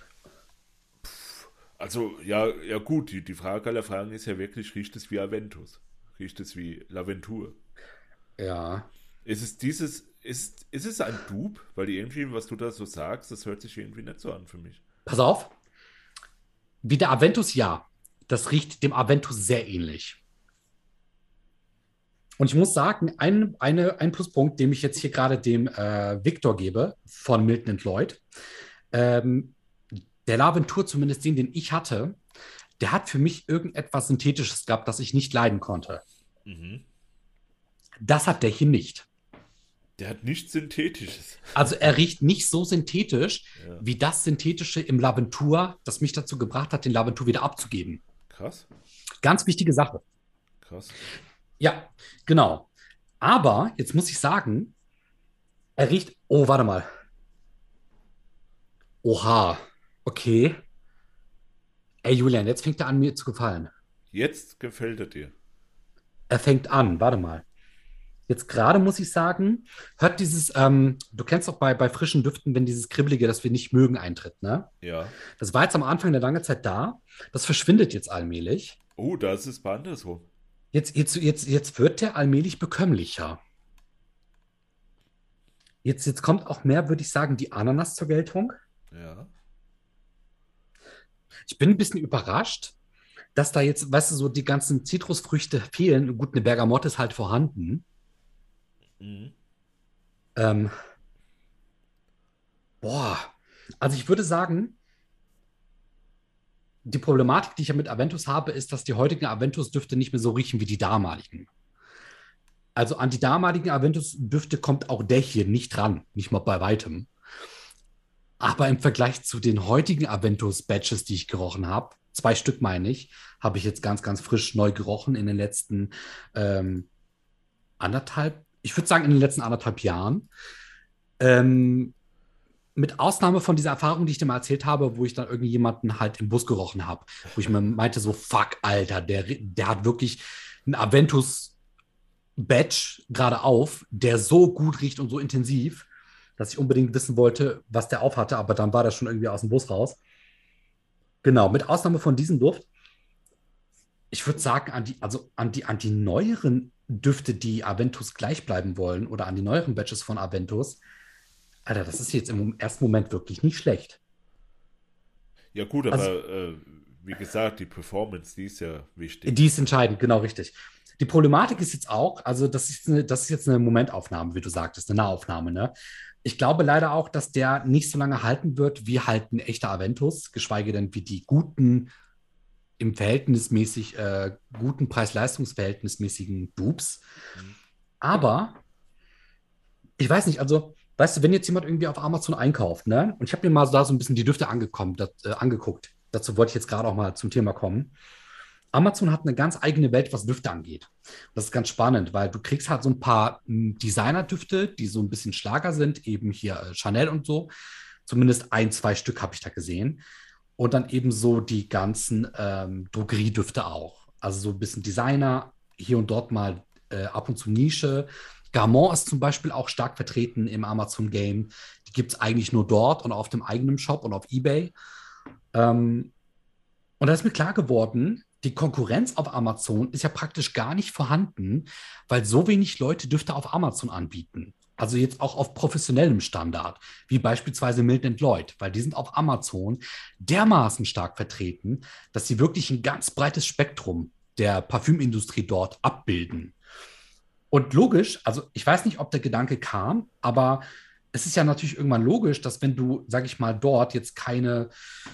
Also, ja, ja gut, die, die Frage aller Fragen ist ja wirklich, riecht es wie Aventus? Riecht es wie Laventur? ja. Ist es dieses, ist, ist es ein Dupe? Weil irgendwie, was du da so sagst, das hört sich irgendwie nicht so an für mich. Pass auf, wie der Aventus, ja. Das riecht dem Aventus sehr ähnlich. Und ich muss sagen, ein, eine, ein Pluspunkt, den ich jetzt hier gerade dem äh, Victor gebe von Milton Lloyd, ähm, der Laventur, zumindest den, den ich hatte, der hat für mich irgendetwas Synthetisches gehabt, das ich nicht leiden konnte. Mhm. Das hat der hier nicht. Der hat nichts Synthetisches. Also er riecht nicht so synthetisch Ja, wie das Synthetische im Laventur, das mich dazu gebracht hat, den Laventur wieder abzugeben. krass, Ganz wichtige Sache. krass. Ja, genau. Aber jetzt muss ich sagen, er riecht. Oh, warte mal. Oha. Okay. Ey, Julian, jetzt fängt er an, mir zu gefallen. Jetzt gefällt er dir. Er fängt an. Warte mal. Jetzt gerade muss ich sagen, hört dieses, ähm, du kennst doch bei, bei frischen Düften, wenn dieses Kribbelige, das wir nicht mögen, eintritt, ne? Ja. Das war jetzt am Anfang eine lange Zeit da. Das verschwindet jetzt allmählich. Oh, da ist es bei andersrum. Jetzt, jetzt, jetzt, jetzt wird der allmählich bekömmlicher. Jetzt, jetzt kommt auch mehr, würde ich sagen, die Ananas zur Geltung. Ja. Ich bin ein bisschen überrascht, dass da jetzt, weißt du, so die ganzen Zitrusfrüchte fehlen. Gut, eine Bergamotte ist halt vorhanden. Mhm. Ähm, boah, also ich würde sagen, die Problematik, die ich ja mit Aventus habe, ist, dass die heutigen Aventus-Düfte nicht mehr so riechen wie die damaligen. Also an die damaligen Aventus-Düfte kommt auch der hier nicht dran, nicht mal bei weitem. Aber im Vergleich zu den heutigen Aventus-Batches, die ich gerochen habe, zwei Stück meine ich, habe ich jetzt ganz, ganz frisch neu gerochen in den letzten ähm, anderthalb, ich würde sagen in den letzten anderthalb Jahren. Ähm, mit Ausnahme von dieser Erfahrung, die ich dir mal erzählt habe, wo ich dann irgendjemanden halt im Bus gerochen habe, wo ich mir meinte, so, fuck, Alter, der, der hat wirklich einen Aventus-Batch gerade auf, der so gut riecht und so intensiv, dass ich unbedingt wissen wollte, was der auf hatte, aber dann war der schon irgendwie aus dem Bus raus. Genau, mit Ausnahme von diesem Duft. Ich würde sagen, an die, also an die, an die neueren Düfte, die Aventus gleich bleiben wollen, oder an die neueren Batches von Aventus, Alter, das ist jetzt im ersten Moment wirklich nicht schlecht. Ja gut, Also, aber äh, wie gesagt, die Performance, die ist ja wichtig. die ist entscheidend, genau richtig. Die Problematik ist jetzt auch, also das ist, eine, das ist jetzt eine Momentaufnahme, wie du sagtest, eine Nahaufnahme, ne? Ich glaube leider auch, dass der nicht so lange halten wird, wie halt ein echter Aventus, geschweige denn wie die guten, im verhältnismäßig äh, guten Preis-Leistungs-verhältnismäßigen Dupes. Mhm. Aber ich weiß nicht, also, weißt du, wenn jetzt jemand irgendwie auf Amazon einkauft, ne? Und ich habe mir mal so da so ein bisschen die Düfte angekommen, das, äh, angeguckt. Dazu wollte ich jetzt gerade auch mal zum Thema kommen. Amazon hat eine ganz eigene Welt, was Düfte angeht. Das ist ganz spannend, weil du kriegst halt so ein paar m, Designer-Düfte, die so ein bisschen Schlager sind, eben hier äh, Chanel und so. Zumindest ein, zwei Stück habe ich da gesehen. Und dann eben so die ganzen ähm, Drogeriedüfte auch. Also so ein bisschen Designer, hier und dort mal äh, ab und zu Nische. Garmont ist zum Beispiel auch stark vertreten im Amazon-Game. Die gibt es eigentlich nur dort und auf dem eigenen Shop und auf eBay. Ähm, und da ist mir klar geworden, die Konkurrenz auf Amazon ist ja praktisch gar nicht vorhanden, weil so wenig Leute Düfte auf Amazon anbieten. Also jetzt auch auf professionellem Standard, wie beispielsweise Milton Lloyd, weil die sind auf Amazon dermaßen stark vertreten, dass sie wirklich ein ganz breites Spektrum der Parfümindustrie dort abbilden. Und logisch, also ich weiß nicht, ob der Gedanke kam, aber es ist ja natürlich irgendwann logisch, dass wenn du, sag ich mal, dort jetzt keine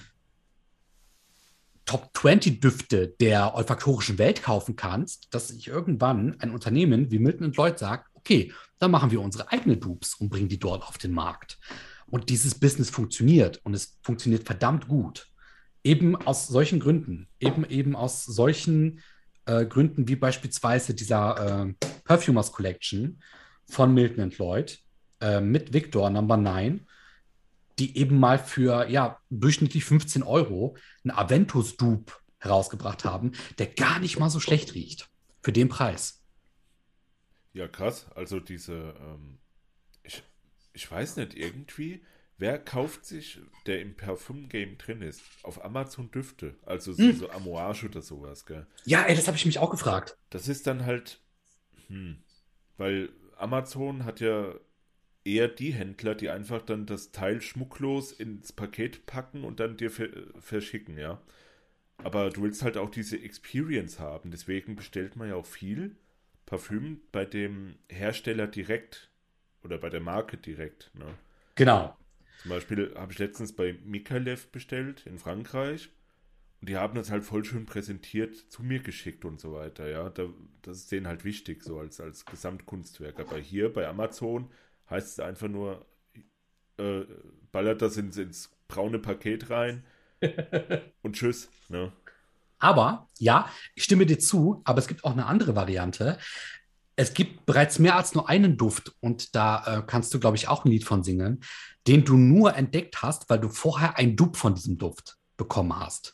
Top zwanzig Düfte der olfaktorischen Welt kaufen kannst, dass sich irgendwann ein Unternehmen wie Milton Lloyd sagt, okay, dann machen wir unsere eigenen Dupes und bringen die dort auf den Markt. Und dieses Business funktioniert und es funktioniert verdammt gut. Eben aus solchen Gründen, eben eben aus solchen äh, Gründen wie beispielsweise dieser äh, Perfumers Collection von Milton Lloyd äh, mit Victor Number neun, die eben mal für ja, durchschnittlich fünfzehn Euro einen Aventus Dupe herausgebracht haben, der gar nicht mal so schlecht riecht. Für den Preis. Ja, krass. Also diese, ähm, ich, ich weiß nicht, irgendwie, wer kauft sich, der im Parfüm-Game drin ist, auf Amazon Düfte? Also so, Hm. so Amouage oder sowas, gell? Ja, ey, das habe ich mich auch gefragt. Das ist dann halt, hm, weil Amazon hat ja eher die Händler, die einfach dann das Teil schmucklos ins Paket packen und dann dir ver verschicken, ja. Aber du willst halt auch diese Experience haben, deswegen bestellt man ja auch viel Parfüm bei dem Hersteller direkt oder bei der Marke direkt, ne? Genau. Zum Beispiel habe ich letztens bei Micallef bestellt in Frankreich und die haben das halt voll schön präsentiert zu mir geschickt und so weiter, ja. Da, das ist denen halt wichtig, so als, als Gesamtkunstwerk. Aber hier bei Amazon heißt es einfach nur, äh, ballert das ins, ins braune Paket rein und tschüss, ne? Aber ja, ich stimme dir zu, aber es gibt auch eine andere Variante. Es gibt bereits mehr als nur einen Duft und da äh, kannst du, glaube ich, auch ein Lied von singen, den du nur entdeckt hast, weil du vorher ein Dupe von diesem Duft bekommen hast.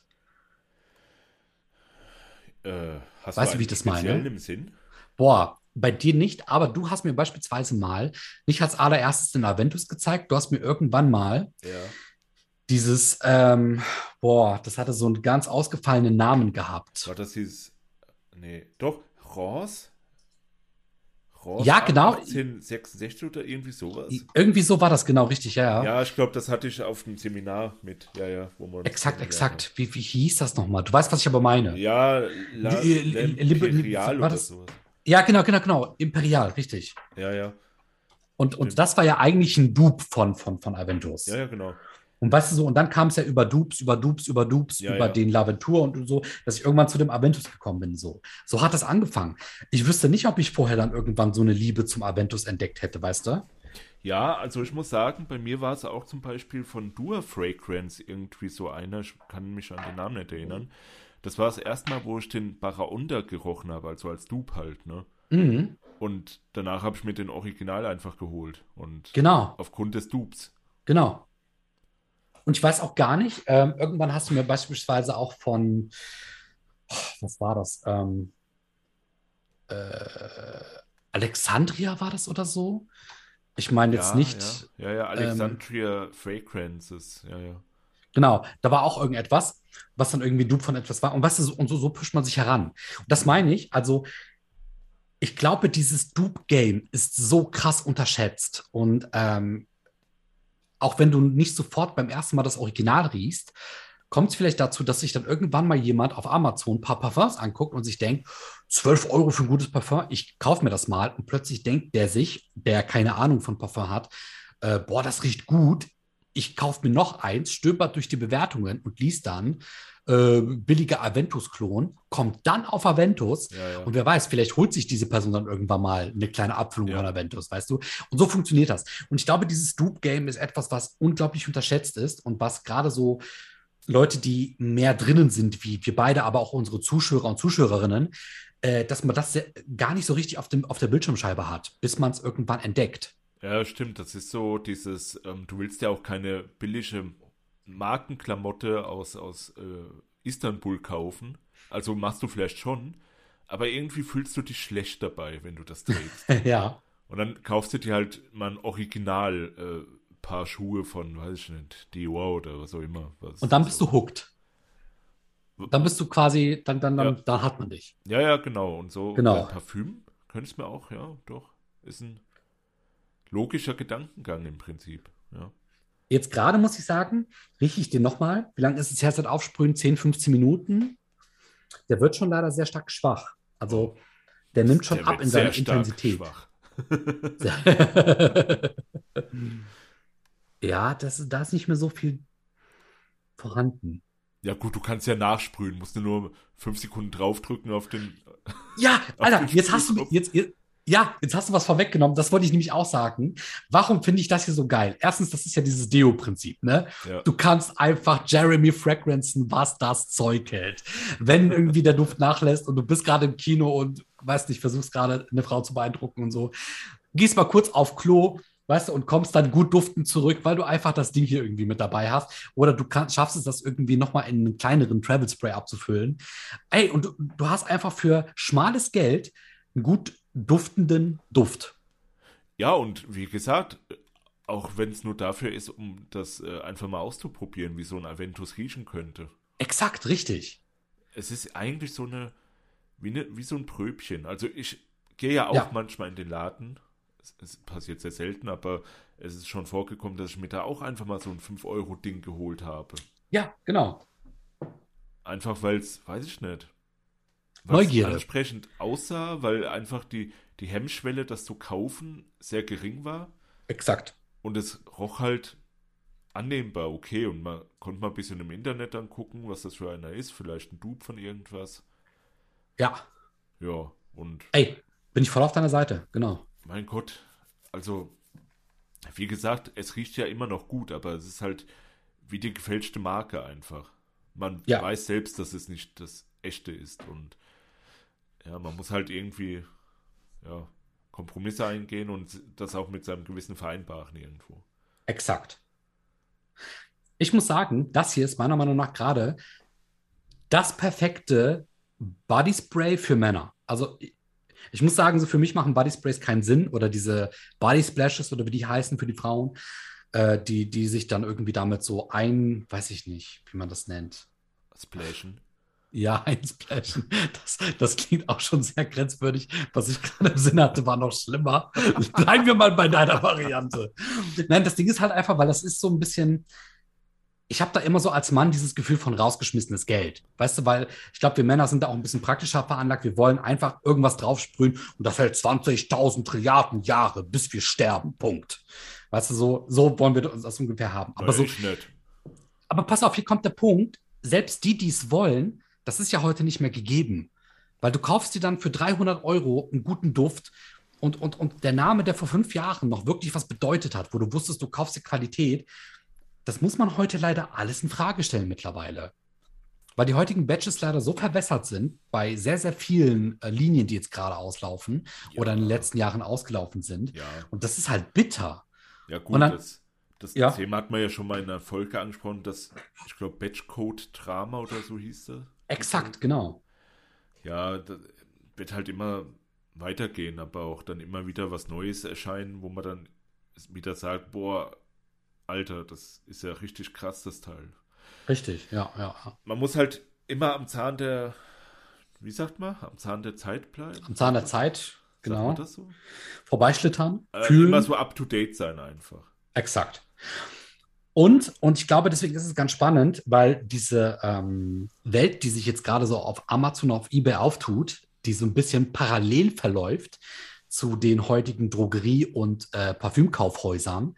Äh, hast du Weißt du, wie ich einen das speziellen meine? im Sinn? Boah, bei dir nicht, aber du hast mir beispielsweise mal nicht als allererstes den Aventus gezeigt, du hast mir irgendwann mal Ja. dieses, ähm, boah, das hatte so einen ganz ausgefallenen Namen War gehabt. das dieses, nee, doch, Rance? Rance Ja, genau, achtzehnhundertsechsundsechzig oder irgendwie sowas? irgendwie so war das genau richtig, ja, ja. Ja, ich glaube, das hatte ich auf dem Seminar mit, ja, ja, wo wir uns Exakt, kennengelernt haben. exakt. Wie, wie hieß das nochmal? Du weißt, was ich aber meine. Ja, La, Li- li- li- li- L'Imperial War oder das? sowas. Ja, genau, genau, genau. Imperial, richtig. Ja, ja, Und, und stimmt. das war ja eigentlich ein Dupe von, von, von Ja, Aventus. ja, genau. Und weißt du so, und dann kam es ja über Dupes, über Dupes, über Dupes, Ja, über ja. den Laventur und so, dass ich irgendwann zu dem Aventus gekommen bin. So, so hat es angefangen. Ich wüsste nicht, ob ich vorher dann irgendwann so eine Liebe zum Aventus entdeckt hätte, weißt du? Ja, also ich muss sagen, bei mir war es auch zum Beispiel von Dua Fragrance irgendwie so einer, ich kann mich an den Namen nicht erinnern. Das war das erste Mal, wo ich den Barraunda gerochen habe, also als Dupe halt, ne? Mhm, Und danach habe ich mir den Original einfach geholt. Und genau, aufgrund des Dupes. genau. Und ich weiß auch gar nicht, ähm, irgendwann hast du mir beispielsweise auch von, was war das? Ähm, äh, Alexandria war das oder so? Ich meine jetzt Ja, ja, nicht, ja, ja, ähm, Alexandria Fragrances, ja, ja. genau, da war auch irgendetwas, was dann irgendwie Dupe von etwas war. Und weißt du, so, und so, so pusht man sich heran. Und das meine ich, also ich glaube, dieses Dupe-Game ist so krass unterschätzt. Und ähm, auch wenn du nicht sofort beim ersten Mal das Original riechst, kommt es vielleicht dazu, dass sich dann irgendwann mal jemand auf Amazon ein paar Parfums anguckt und sich denkt, zwölf Euro für ein gutes Parfum, ich kaufe mir das mal. Und plötzlich denkt der sich, der keine Ahnung von Parfum hat, äh, boah, das riecht gut, ich kaufe mir noch eins, stöbert durch die Bewertungen und liest dann äh, billiger Aventus-Klon, kommt dann auf Aventus Ja, ja, und wer weiß, vielleicht holt sich diese Person dann irgendwann mal eine kleine Abfüllung von ja. Aventus, weißt du? Und so funktioniert das. Und ich glaube, dieses Dupe-Game ist etwas, was unglaublich unterschätzt ist und was gerade so Leute, die mehr drinnen sind, wie wir beide, aber auch unsere Zuschauer und Zuschauerinnen, äh, dass man das sehr, gar nicht so richtig auf, dem, auf der Bildschirmscheibe hat, bis man es irgendwann entdeckt. Ja, stimmt, das ist so dieses, ähm, du willst ja auch keine billige Markenklamotte aus, aus äh, Istanbul kaufen. Also machst du vielleicht schon, aber irgendwie fühlst du dich schlecht dabei, wenn du das trägst. Ja. Und dann kaufst du dir halt mal ein Original äh, Paar Schuhe von, weiß ich nicht, Dior oder was auch immer. Was, Und dann bist so. du hooked. Dann bist du quasi, dann, dann, Ja, dann, da hat man dich. ja, ja, genau. Und so bei Genau. Parfüm könnte es mir auch, ja, doch, ist ein logischer Gedankengang im Prinzip. Ja, Jetzt gerade muss ich sagen, rieche ich den nochmal. Wie lange ist es her seit Aufsprühen? Zehn, fünfzehn Minuten. Der wird schon leider sehr stark schwach. oh, Also der nimmt schon der ab wird in sehr seiner stark Intensität. schwach. Ja, das, da ist nicht mehr so viel vorhanden. Ja gut, du kannst ja nachsprühen, musst du nur fünf Sekunden draufdrücken auf den, Ja, auf Alter, den jetzt hast du mi- Sprühtropf. jetzt, jetzt ja, jetzt hast du was vorweggenommen. Das wollte ich nämlich auch sagen. Warum finde ich das hier so geil? Erstens, das ist ja dieses Deo-Prinzip, ne? Ja, Du kannst einfach Jeremy Fragranzen, was das Zeug hält. Wenn irgendwie der Duft nachlässt und du bist gerade im Kino und weißt nicht, versuchst gerade eine Frau zu beeindrucken und so, gehst mal kurz auf Klo, weißt du, und kommst dann gut duftend zurück, weil du einfach das Ding hier irgendwie mit dabei hast. Oder du kannst, schaffst es, das irgendwie nochmal in einen kleineren Travel Spray abzufüllen. Ey, und du, du hast einfach für schmales Geld einen gut duftenden Duft. Ja, und wie gesagt, auch wenn es nur dafür ist, um das äh, einfach mal auszuprobieren, wie so ein Aventus riechen könnte. Exakt, richtig. Es ist eigentlich so eine, wie, eine, wie so ein Pröbchen. Also ich gehe ja auch Ja, manchmal in den Laden. Es, es passiert sehr selten, aber es ist schon vorgekommen, dass ich mir da auch einfach mal so ein fünf Euro Ding geholt habe. ja, genau. Einfach weil es, weiß ich nicht, weil es Neugierde. ansprechend aussah, weil einfach die, die Hemmschwelle, das zu kaufen, sehr gering war. Exakt. Und es roch halt annehmbar, okay. Und man konnte mal ein bisschen im Internet dann gucken, was das für einer ist. Vielleicht ein Dupe von irgendwas. Ja. Ja, und Ey, bin ich voll auf deiner Seite. Genau. mein Gott, also, wie gesagt, es riecht ja immer noch gut, aber es ist halt wie die gefälschte Marke einfach. Man Ja, weiß selbst, dass es nicht das echte ist. Und ja, man muss halt irgendwie, ja, Kompromisse eingehen und das auch mit seinem Gewissen vereinbaren irgendwo. exakt. Ich muss sagen, das hier ist meiner Meinung nach gerade das perfekte Bodyspray für Männer. Also ich muss sagen, so für mich machen Bodysprays keinen Sinn oder diese Body Splashes oder wie die heißen für die Frauen, äh, die, die sich dann irgendwie damit so ein, weiß ich nicht, wie man das nennt. Splashen. Ja, einsplashen. Das, das klingt auch schon sehr grenzwürdig. Was ich gerade im Sinn hatte, war noch schlimmer. Bleiben wir mal bei deiner Variante. Nein, das Ding ist halt einfach, weil das ist so ein bisschen, ich habe da immer so als Mann dieses Gefühl von rausgeschmissenes Geld. Weißt du, weil ich glaube, wir Männer sind da auch ein bisschen praktischer veranlagt. Wir wollen einfach irgendwas draufsprühen und das hält zwanzigtausend Trilliarden Jahre, bis wir sterben. Punkt. Weißt du, so, so wollen wir das ungefähr haben. Aber Na, so, ich nicht. aber pass auf, hier kommt der Punkt. Selbst die, die es wollen, das ist ja heute nicht mehr gegeben. Weil du kaufst dir dann für dreihundert Euro einen guten Duft und, und, und der Name, der vor fünf Jahren noch wirklich was bedeutet hat, wo du wusstest, du kaufst dir Qualität, das muss man heute leider alles in Frage stellen mittlerweile. Weil die heutigen Batches leider so verwässert sind bei sehr, sehr vielen äh, Linien, die jetzt gerade auslaufen oder in den Ja, letzten Jahren ausgelaufen sind. ja. Und das ist halt bitter. Ja, Und gut, dann, das, das ja, Thema hat man ja schon mal in einer Folge angesprochen, dass, ich glaube, Batchcode Drama oder so hieß das, die exakt, Folge. genau. Ja, das wird halt immer weitergehen, aber auch dann immer wieder was Neues erscheinen, wo man dann wieder sagt, boah, Alter, das ist ja richtig krass, das Teil. Richtig, ja, ja. Ja. Man muss halt immer am Zahn der, wie sagt man, am Zahn der Zeit bleiben, Am Zahn sagt der man so? Zeit, Sagt man genau. das so? Vorbeischlittern, Äh, immer fühlen, so up to date sein einfach. exakt. Und, und ich glaube, deswegen ist es ganz spannend, weil diese ähm, Welt, die sich jetzt gerade so auf Amazon, auf eBay auftut, die so ein bisschen parallel verläuft zu den heutigen Drogerie- und äh, Parfümkaufhäusern,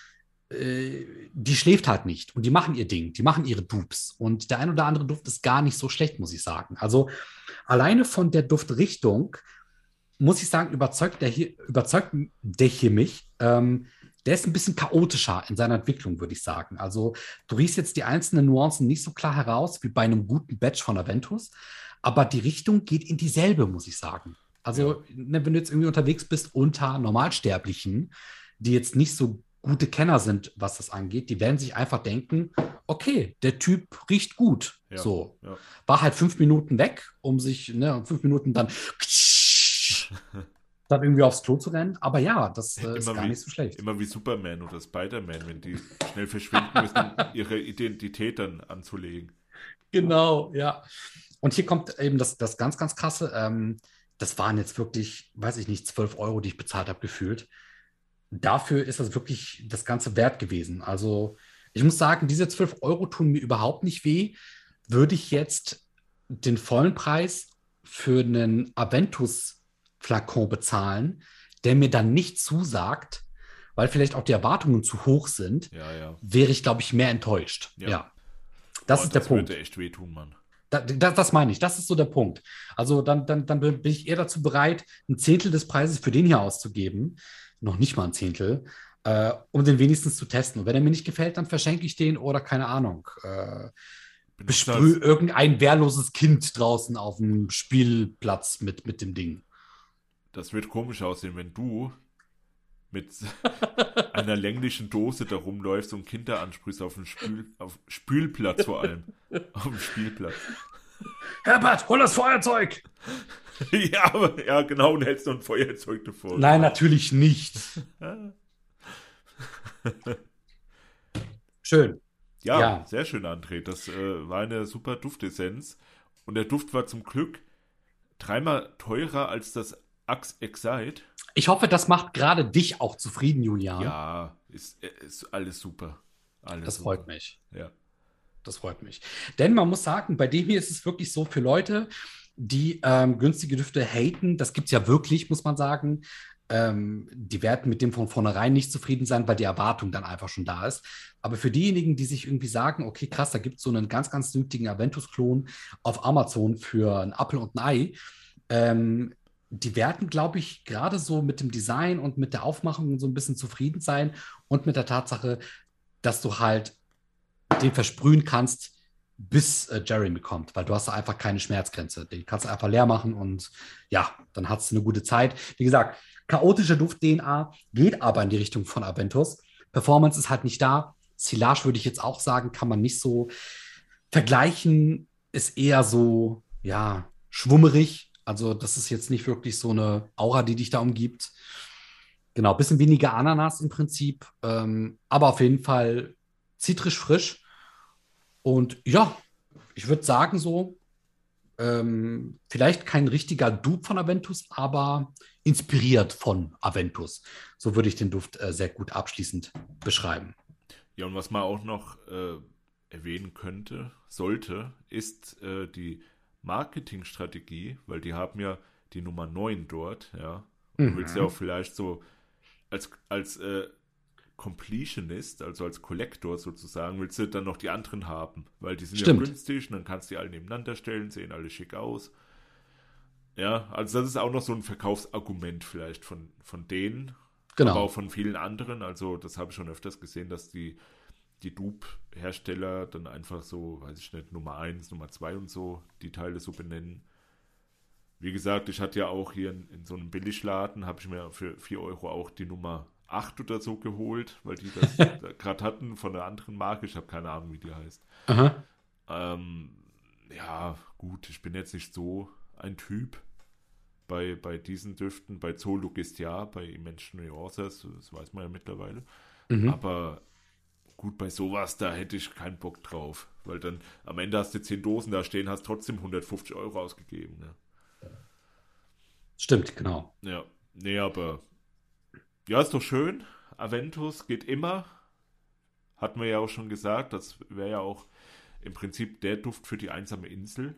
äh, die schläft halt nicht und die machen ihr Ding, die machen ihre Dupes. Und der ein oder andere Duft ist gar nicht so schlecht, muss ich sagen. Also alleine von der Duftrichtung muss ich sagen, überzeugt der hier, überzeugt der hier mich. Ähm, der ist ein bisschen chaotischer in seiner Entwicklung, würde ich sagen. Also, du riechst jetzt die einzelnen Nuancen nicht so klar heraus wie bei einem guten Batch von Aventus, aber die Richtung geht in dieselbe, muss ich sagen. Ja. Also, ne, wenn du jetzt irgendwie unterwegs bist unter Normalsterblichen, die jetzt nicht so gute Kenner sind, was das angeht, die werden sich einfach denken, okay, der Typ riecht gut. Ja, So. ja. War halt fünf Minuten weg, um sich, ne, fünf Minuten dann dann irgendwie aufs Klo zu rennen. Aber ja, das äh, ist Immer gar wie, nicht so schlecht. immer wie Superman oder Spider-Man, wenn die schnell verschwinden müssen, um ihre Identität dann anzulegen. Genau, ja. Und hier kommt eben das, das ganz, ganz krasse. Ähm, das waren jetzt wirklich, weiß ich nicht, zwölf Euro, die ich bezahlt habe, gefühlt. Dafür ist das wirklich das Ganze wert gewesen. Also, ich muss sagen, diese zwölf Euro tun mir überhaupt nicht weh. Würde ich jetzt den vollen Preis für einen Aventus-Flakon bezahlen, der mir dann nicht zusagt, weil vielleicht auch die Erwartungen zu hoch sind, Ja, ja. wäre ich, glaube ich, mehr enttäuscht. Ja. Ja, das Boah, ist der das würde Punkt. echt wehtun, Mann. Da, da, das meine ich, das ist so der Punkt. Also dann, dann, dann bin ich eher dazu bereit, ein Zehntel des Preises für den hier auszugeben, noch nicht mal ein Zehntel, äh, um den wenigstens zu testen. Und wenn er mir nicht gefällt, dann verschenke ich den oder keine Ahnung. Äh, Benutzt besprühe als, irgendein wehrloses Kind draußen auf dem Spielplatz mit, mit dem Ding. das wird komisch aussehen, wenn du, mit einer länglichen Dose da rumläufst und Kinder ansprichst auf dem Spül, auf Spülplatz vor allem. Auf dem Spielplatz. Herbert, hol das Feuerzeug! ja, aber, ja, genau, und hältst noch ein Feuerzeug davor. Nein, natürlich nicht. Schön. Ja, Ja. sehr schön, André. Das äh, war eine super Duftessenz. Und der Duft war zum Glück dreimal teurer als das Axe Excite. Ich hoffe, das macht gerade dich auch zufrieden, Julian. Ja, ist, ist alles super. Alles das super. freut mich. Ja. Das freut mich. Denn man muss sagen, bei dem hier ist es wirklich so für Leute, die ähm, günstige Düfte haten. Das gibt es ja wirklich, muss man sagen. Ähm, die werden mit dem von vornherein nicht zufrieden sein, weil die Erwartung dann einfach schon da ist. Aber für diejenigen, die sich irgendwie sagen, okay, krass, da gibt es so einen ganz, ganz nötigen Aventus-Klon auf Amazon für ein Apfel und ein Ei, ähm, die werden, glaube ich, gerade so mit dem Design und mit der Aufmachung so ein bisschen zufrieden sein und mit der Tatsache, dass du halt den versprühen kannst, bis äh, Jeremy kommt, weil du hast da einfach keine Schmerzgrenze. Den kannst du einfach leer machen und ja, dann hast du eine gute Zeit. Wie gesagt, chaotische Duft-D N A geht aber in die Richtung von Aventus. Performance ist halt nicht da. Silage würde ich jetzt auch sagen, kann man nicht so vergleichen, ist eher so, ja, schwummerig. Also das ist jetzt nicht wirklich so eine Aura, die dich da umgibt. Genau, bisschen weniger Ananas im Prinzip, ähm, aber auf jeden Fall zitrisch frisch. Und ja, ich würde sagen so, ähm, vielleicht kein richtiger Dupe von Aventus, aber inspiriert von Aventus. So würde ich den Duft äh, sehr gut abschließend beschreiben. Ja, und was man auch noch äh, erwähnen könnte, sollte, ist äh, die Marketingstrategie, weil die haben ja die Nummer neun dort, ja. Und mhm. willst ja auch vielleicht so als, als äh, Completionist, also als Collector sozusagen, willst du dann noch die anderen haben, weil die sind Stimmt. ja günstig und dann kannst du die alle nebeneinander stellen, sehen alle schick aus. Ja, also das ist auch noch so ein Verkaufsargument vielleicht von, von denen, genau. aber auch von vielen anderen. Also das habe ich schon öfters gesehen, dass die, die Dupe-Hersteller dann einfach so, weiß ich nicht, Nummer eins, Nummer zwei und so, die Teile so benennen. Wie gesagt, ich hatte ja auch hier in, in so einem Billigladen, habe ich mir für vier Euro auch die Nummer acht oder so geholt, weil die das gerade hatten von einer anderen Marke. Ich habe keine Ahnung, wie die heißt. Aha. Ähm, ja, gut, ich bin jetzt nicht so ein Typ bei, bei diesen Düften. Bei Zoologistia, bei Immense Nuances, das weiß man ja mittlerweile. Mhm. Aber gut, bei sowas, da hätte ich keinen Bock drauf. Weil dann am Ende hast du zehn Dosen da stehen, hast trotzdem hundertfünfzig Euro ausgegeben. Ne? Stimmt, genau. Ja, nee, aber ja, ist doch schön. Aventus geht immer. Hatten wir ja auch schon gesagt. Das wäre ja auch im Prinzip der Duft für die einsame Insel.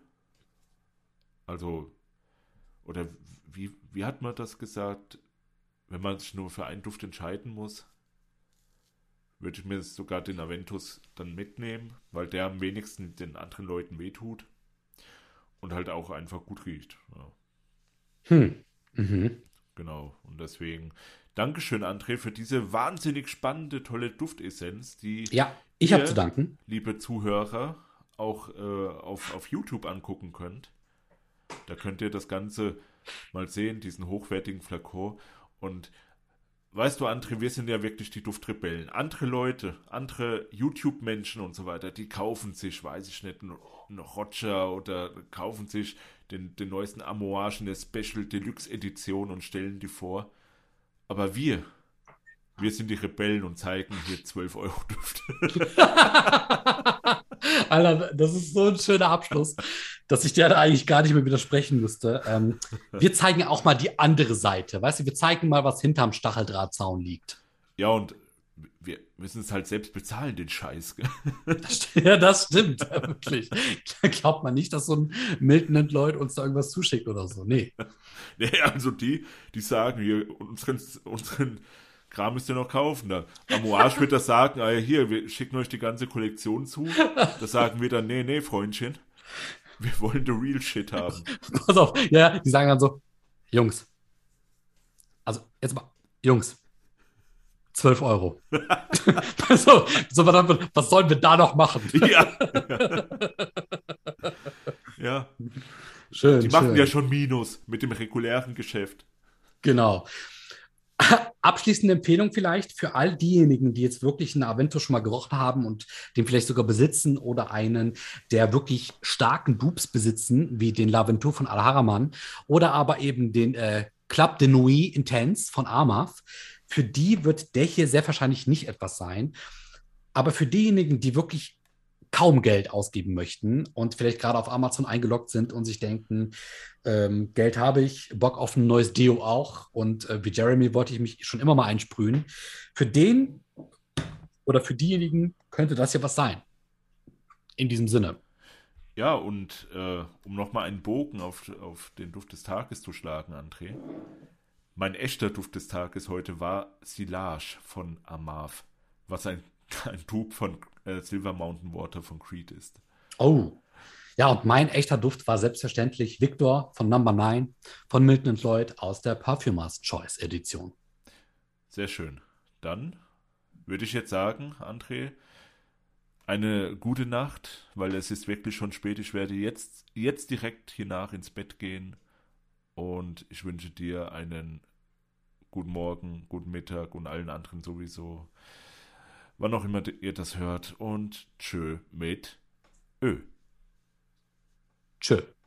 Also, oder wie, wie hat man das gesagt? Wenn man sich nur für einen Duft entscheiden muss, würde ich mir sogar den Aventus dann mitnehmen, weil der am wenigsten den anderen Leuten wehtut und halt auch einfach gut riecht. Ja. Hm. Mhm. Genau. Und deswegen Dankeschön, André, für diese wahnsinnig spannende, tolle Duftessenz, die ja, ich habe zu danken, liebe Zuhörer, auch äh, auf, auf YouTube angucken könnt. Da könnt ihr das Ganze mal sehen, diesen hochwertigen Flakon. Und weißt du, André, wir sind ja wirklich die Duftrebellen. Andere Leute, andere YouTube-Menschen und so weiter, die kaufen sich, weiß ich nicht, einen Roger oder kaufen sich den, den neuesten Amouage in der Special Deluxe Edition und stellen die vor. Aber wir, wir sind die Rebellen und zeigen hier zwölf Euro Düfte. Alter, das ist so ein schöner Abschluss, dass ich dir da eigentlich gar nicht mehr widersprechen müsste. Ähm, wir zeigen auch mal die andere Seite. Weißt du, wir zeigen mal, was hinterm Stacheldrahtzaun liegt. Ja, und wir müssen es halt selbst bezahlen, den Scheiß. Das, ja, das stimmt, wirklich. Da glaubt man nicht, dass so ein Milton and Lloyd uns da irgendwas zuschickt oder so. Nee. Nee, also die, die sagen, hier, unseren, unseren Kram müsst ihr noch kaufen. Da. Amouage wird das sagen, ah ja, hier, wir schicken euch die ganze Kollektion zu. Da sagen wir dann, nee, nee, Freundchen, wir wollen the real shit haben. Pass auf, ja, die sagen dann so, Jungs, also jetzt mal, Jungs, zwölf Euro. so, so, verdammt, was sollen wir da noch machen? Ja. Ja. Schön, die machen schön. ja schon Minus mit dem regulären Geschäft. Genau. Abschließende Empfehlung vielleicht für all diejenigen, die jetzt wirklich einen Aventus schon mal gerochen haben und den vielleicht sogar besitzen oder einen, der wirklich starken Dupes besitzen, wie den Laventur von Al-Haraman oder aber eben den äh, Club de Nuit Intense von Armaf. Für die wird der hier sehr wahrscheinlich nicht etwas sein. Aber für diejenigen, die wirklich kaum Geld ausgeben möchten und vielleicht gerade auf Amazon eingeloggt sind und sich denken, ähm, Geld habe ich, Bock auf ein neues Deo auch und äh, wie Jeremy wollte ich mich schon immer mal einsprühen. Für den oder für diejenigen könnte das ja was sein. In diesem Sinne. Ja, und äh, um nochmal einen Bogen auf, auf den Duft des Tages zu schlagen, André. Mein echter Duft des Tages heute war Silage von Amav, was ein, ein Dupe von äh, Silver Mountain Water von Creed ist. Oh. Ja, und mein echter Duft war selbstverständlich Victor von Number Nine von Milton and Lloyd aus der Perfumers Choice Edition. Sehr schön. Dann würde ich jetzt sagen, André, eine gute Nacht, weil es ist wirklich schon spät. Ich werde jetzt, jetzt direkt hiernach ins Bett gehen und ich wünsche dir einen guten Morgen, guten Mittag und allen anderen sowieso, wann auch immer ihr das hört und tschö mit Ö. Tschö.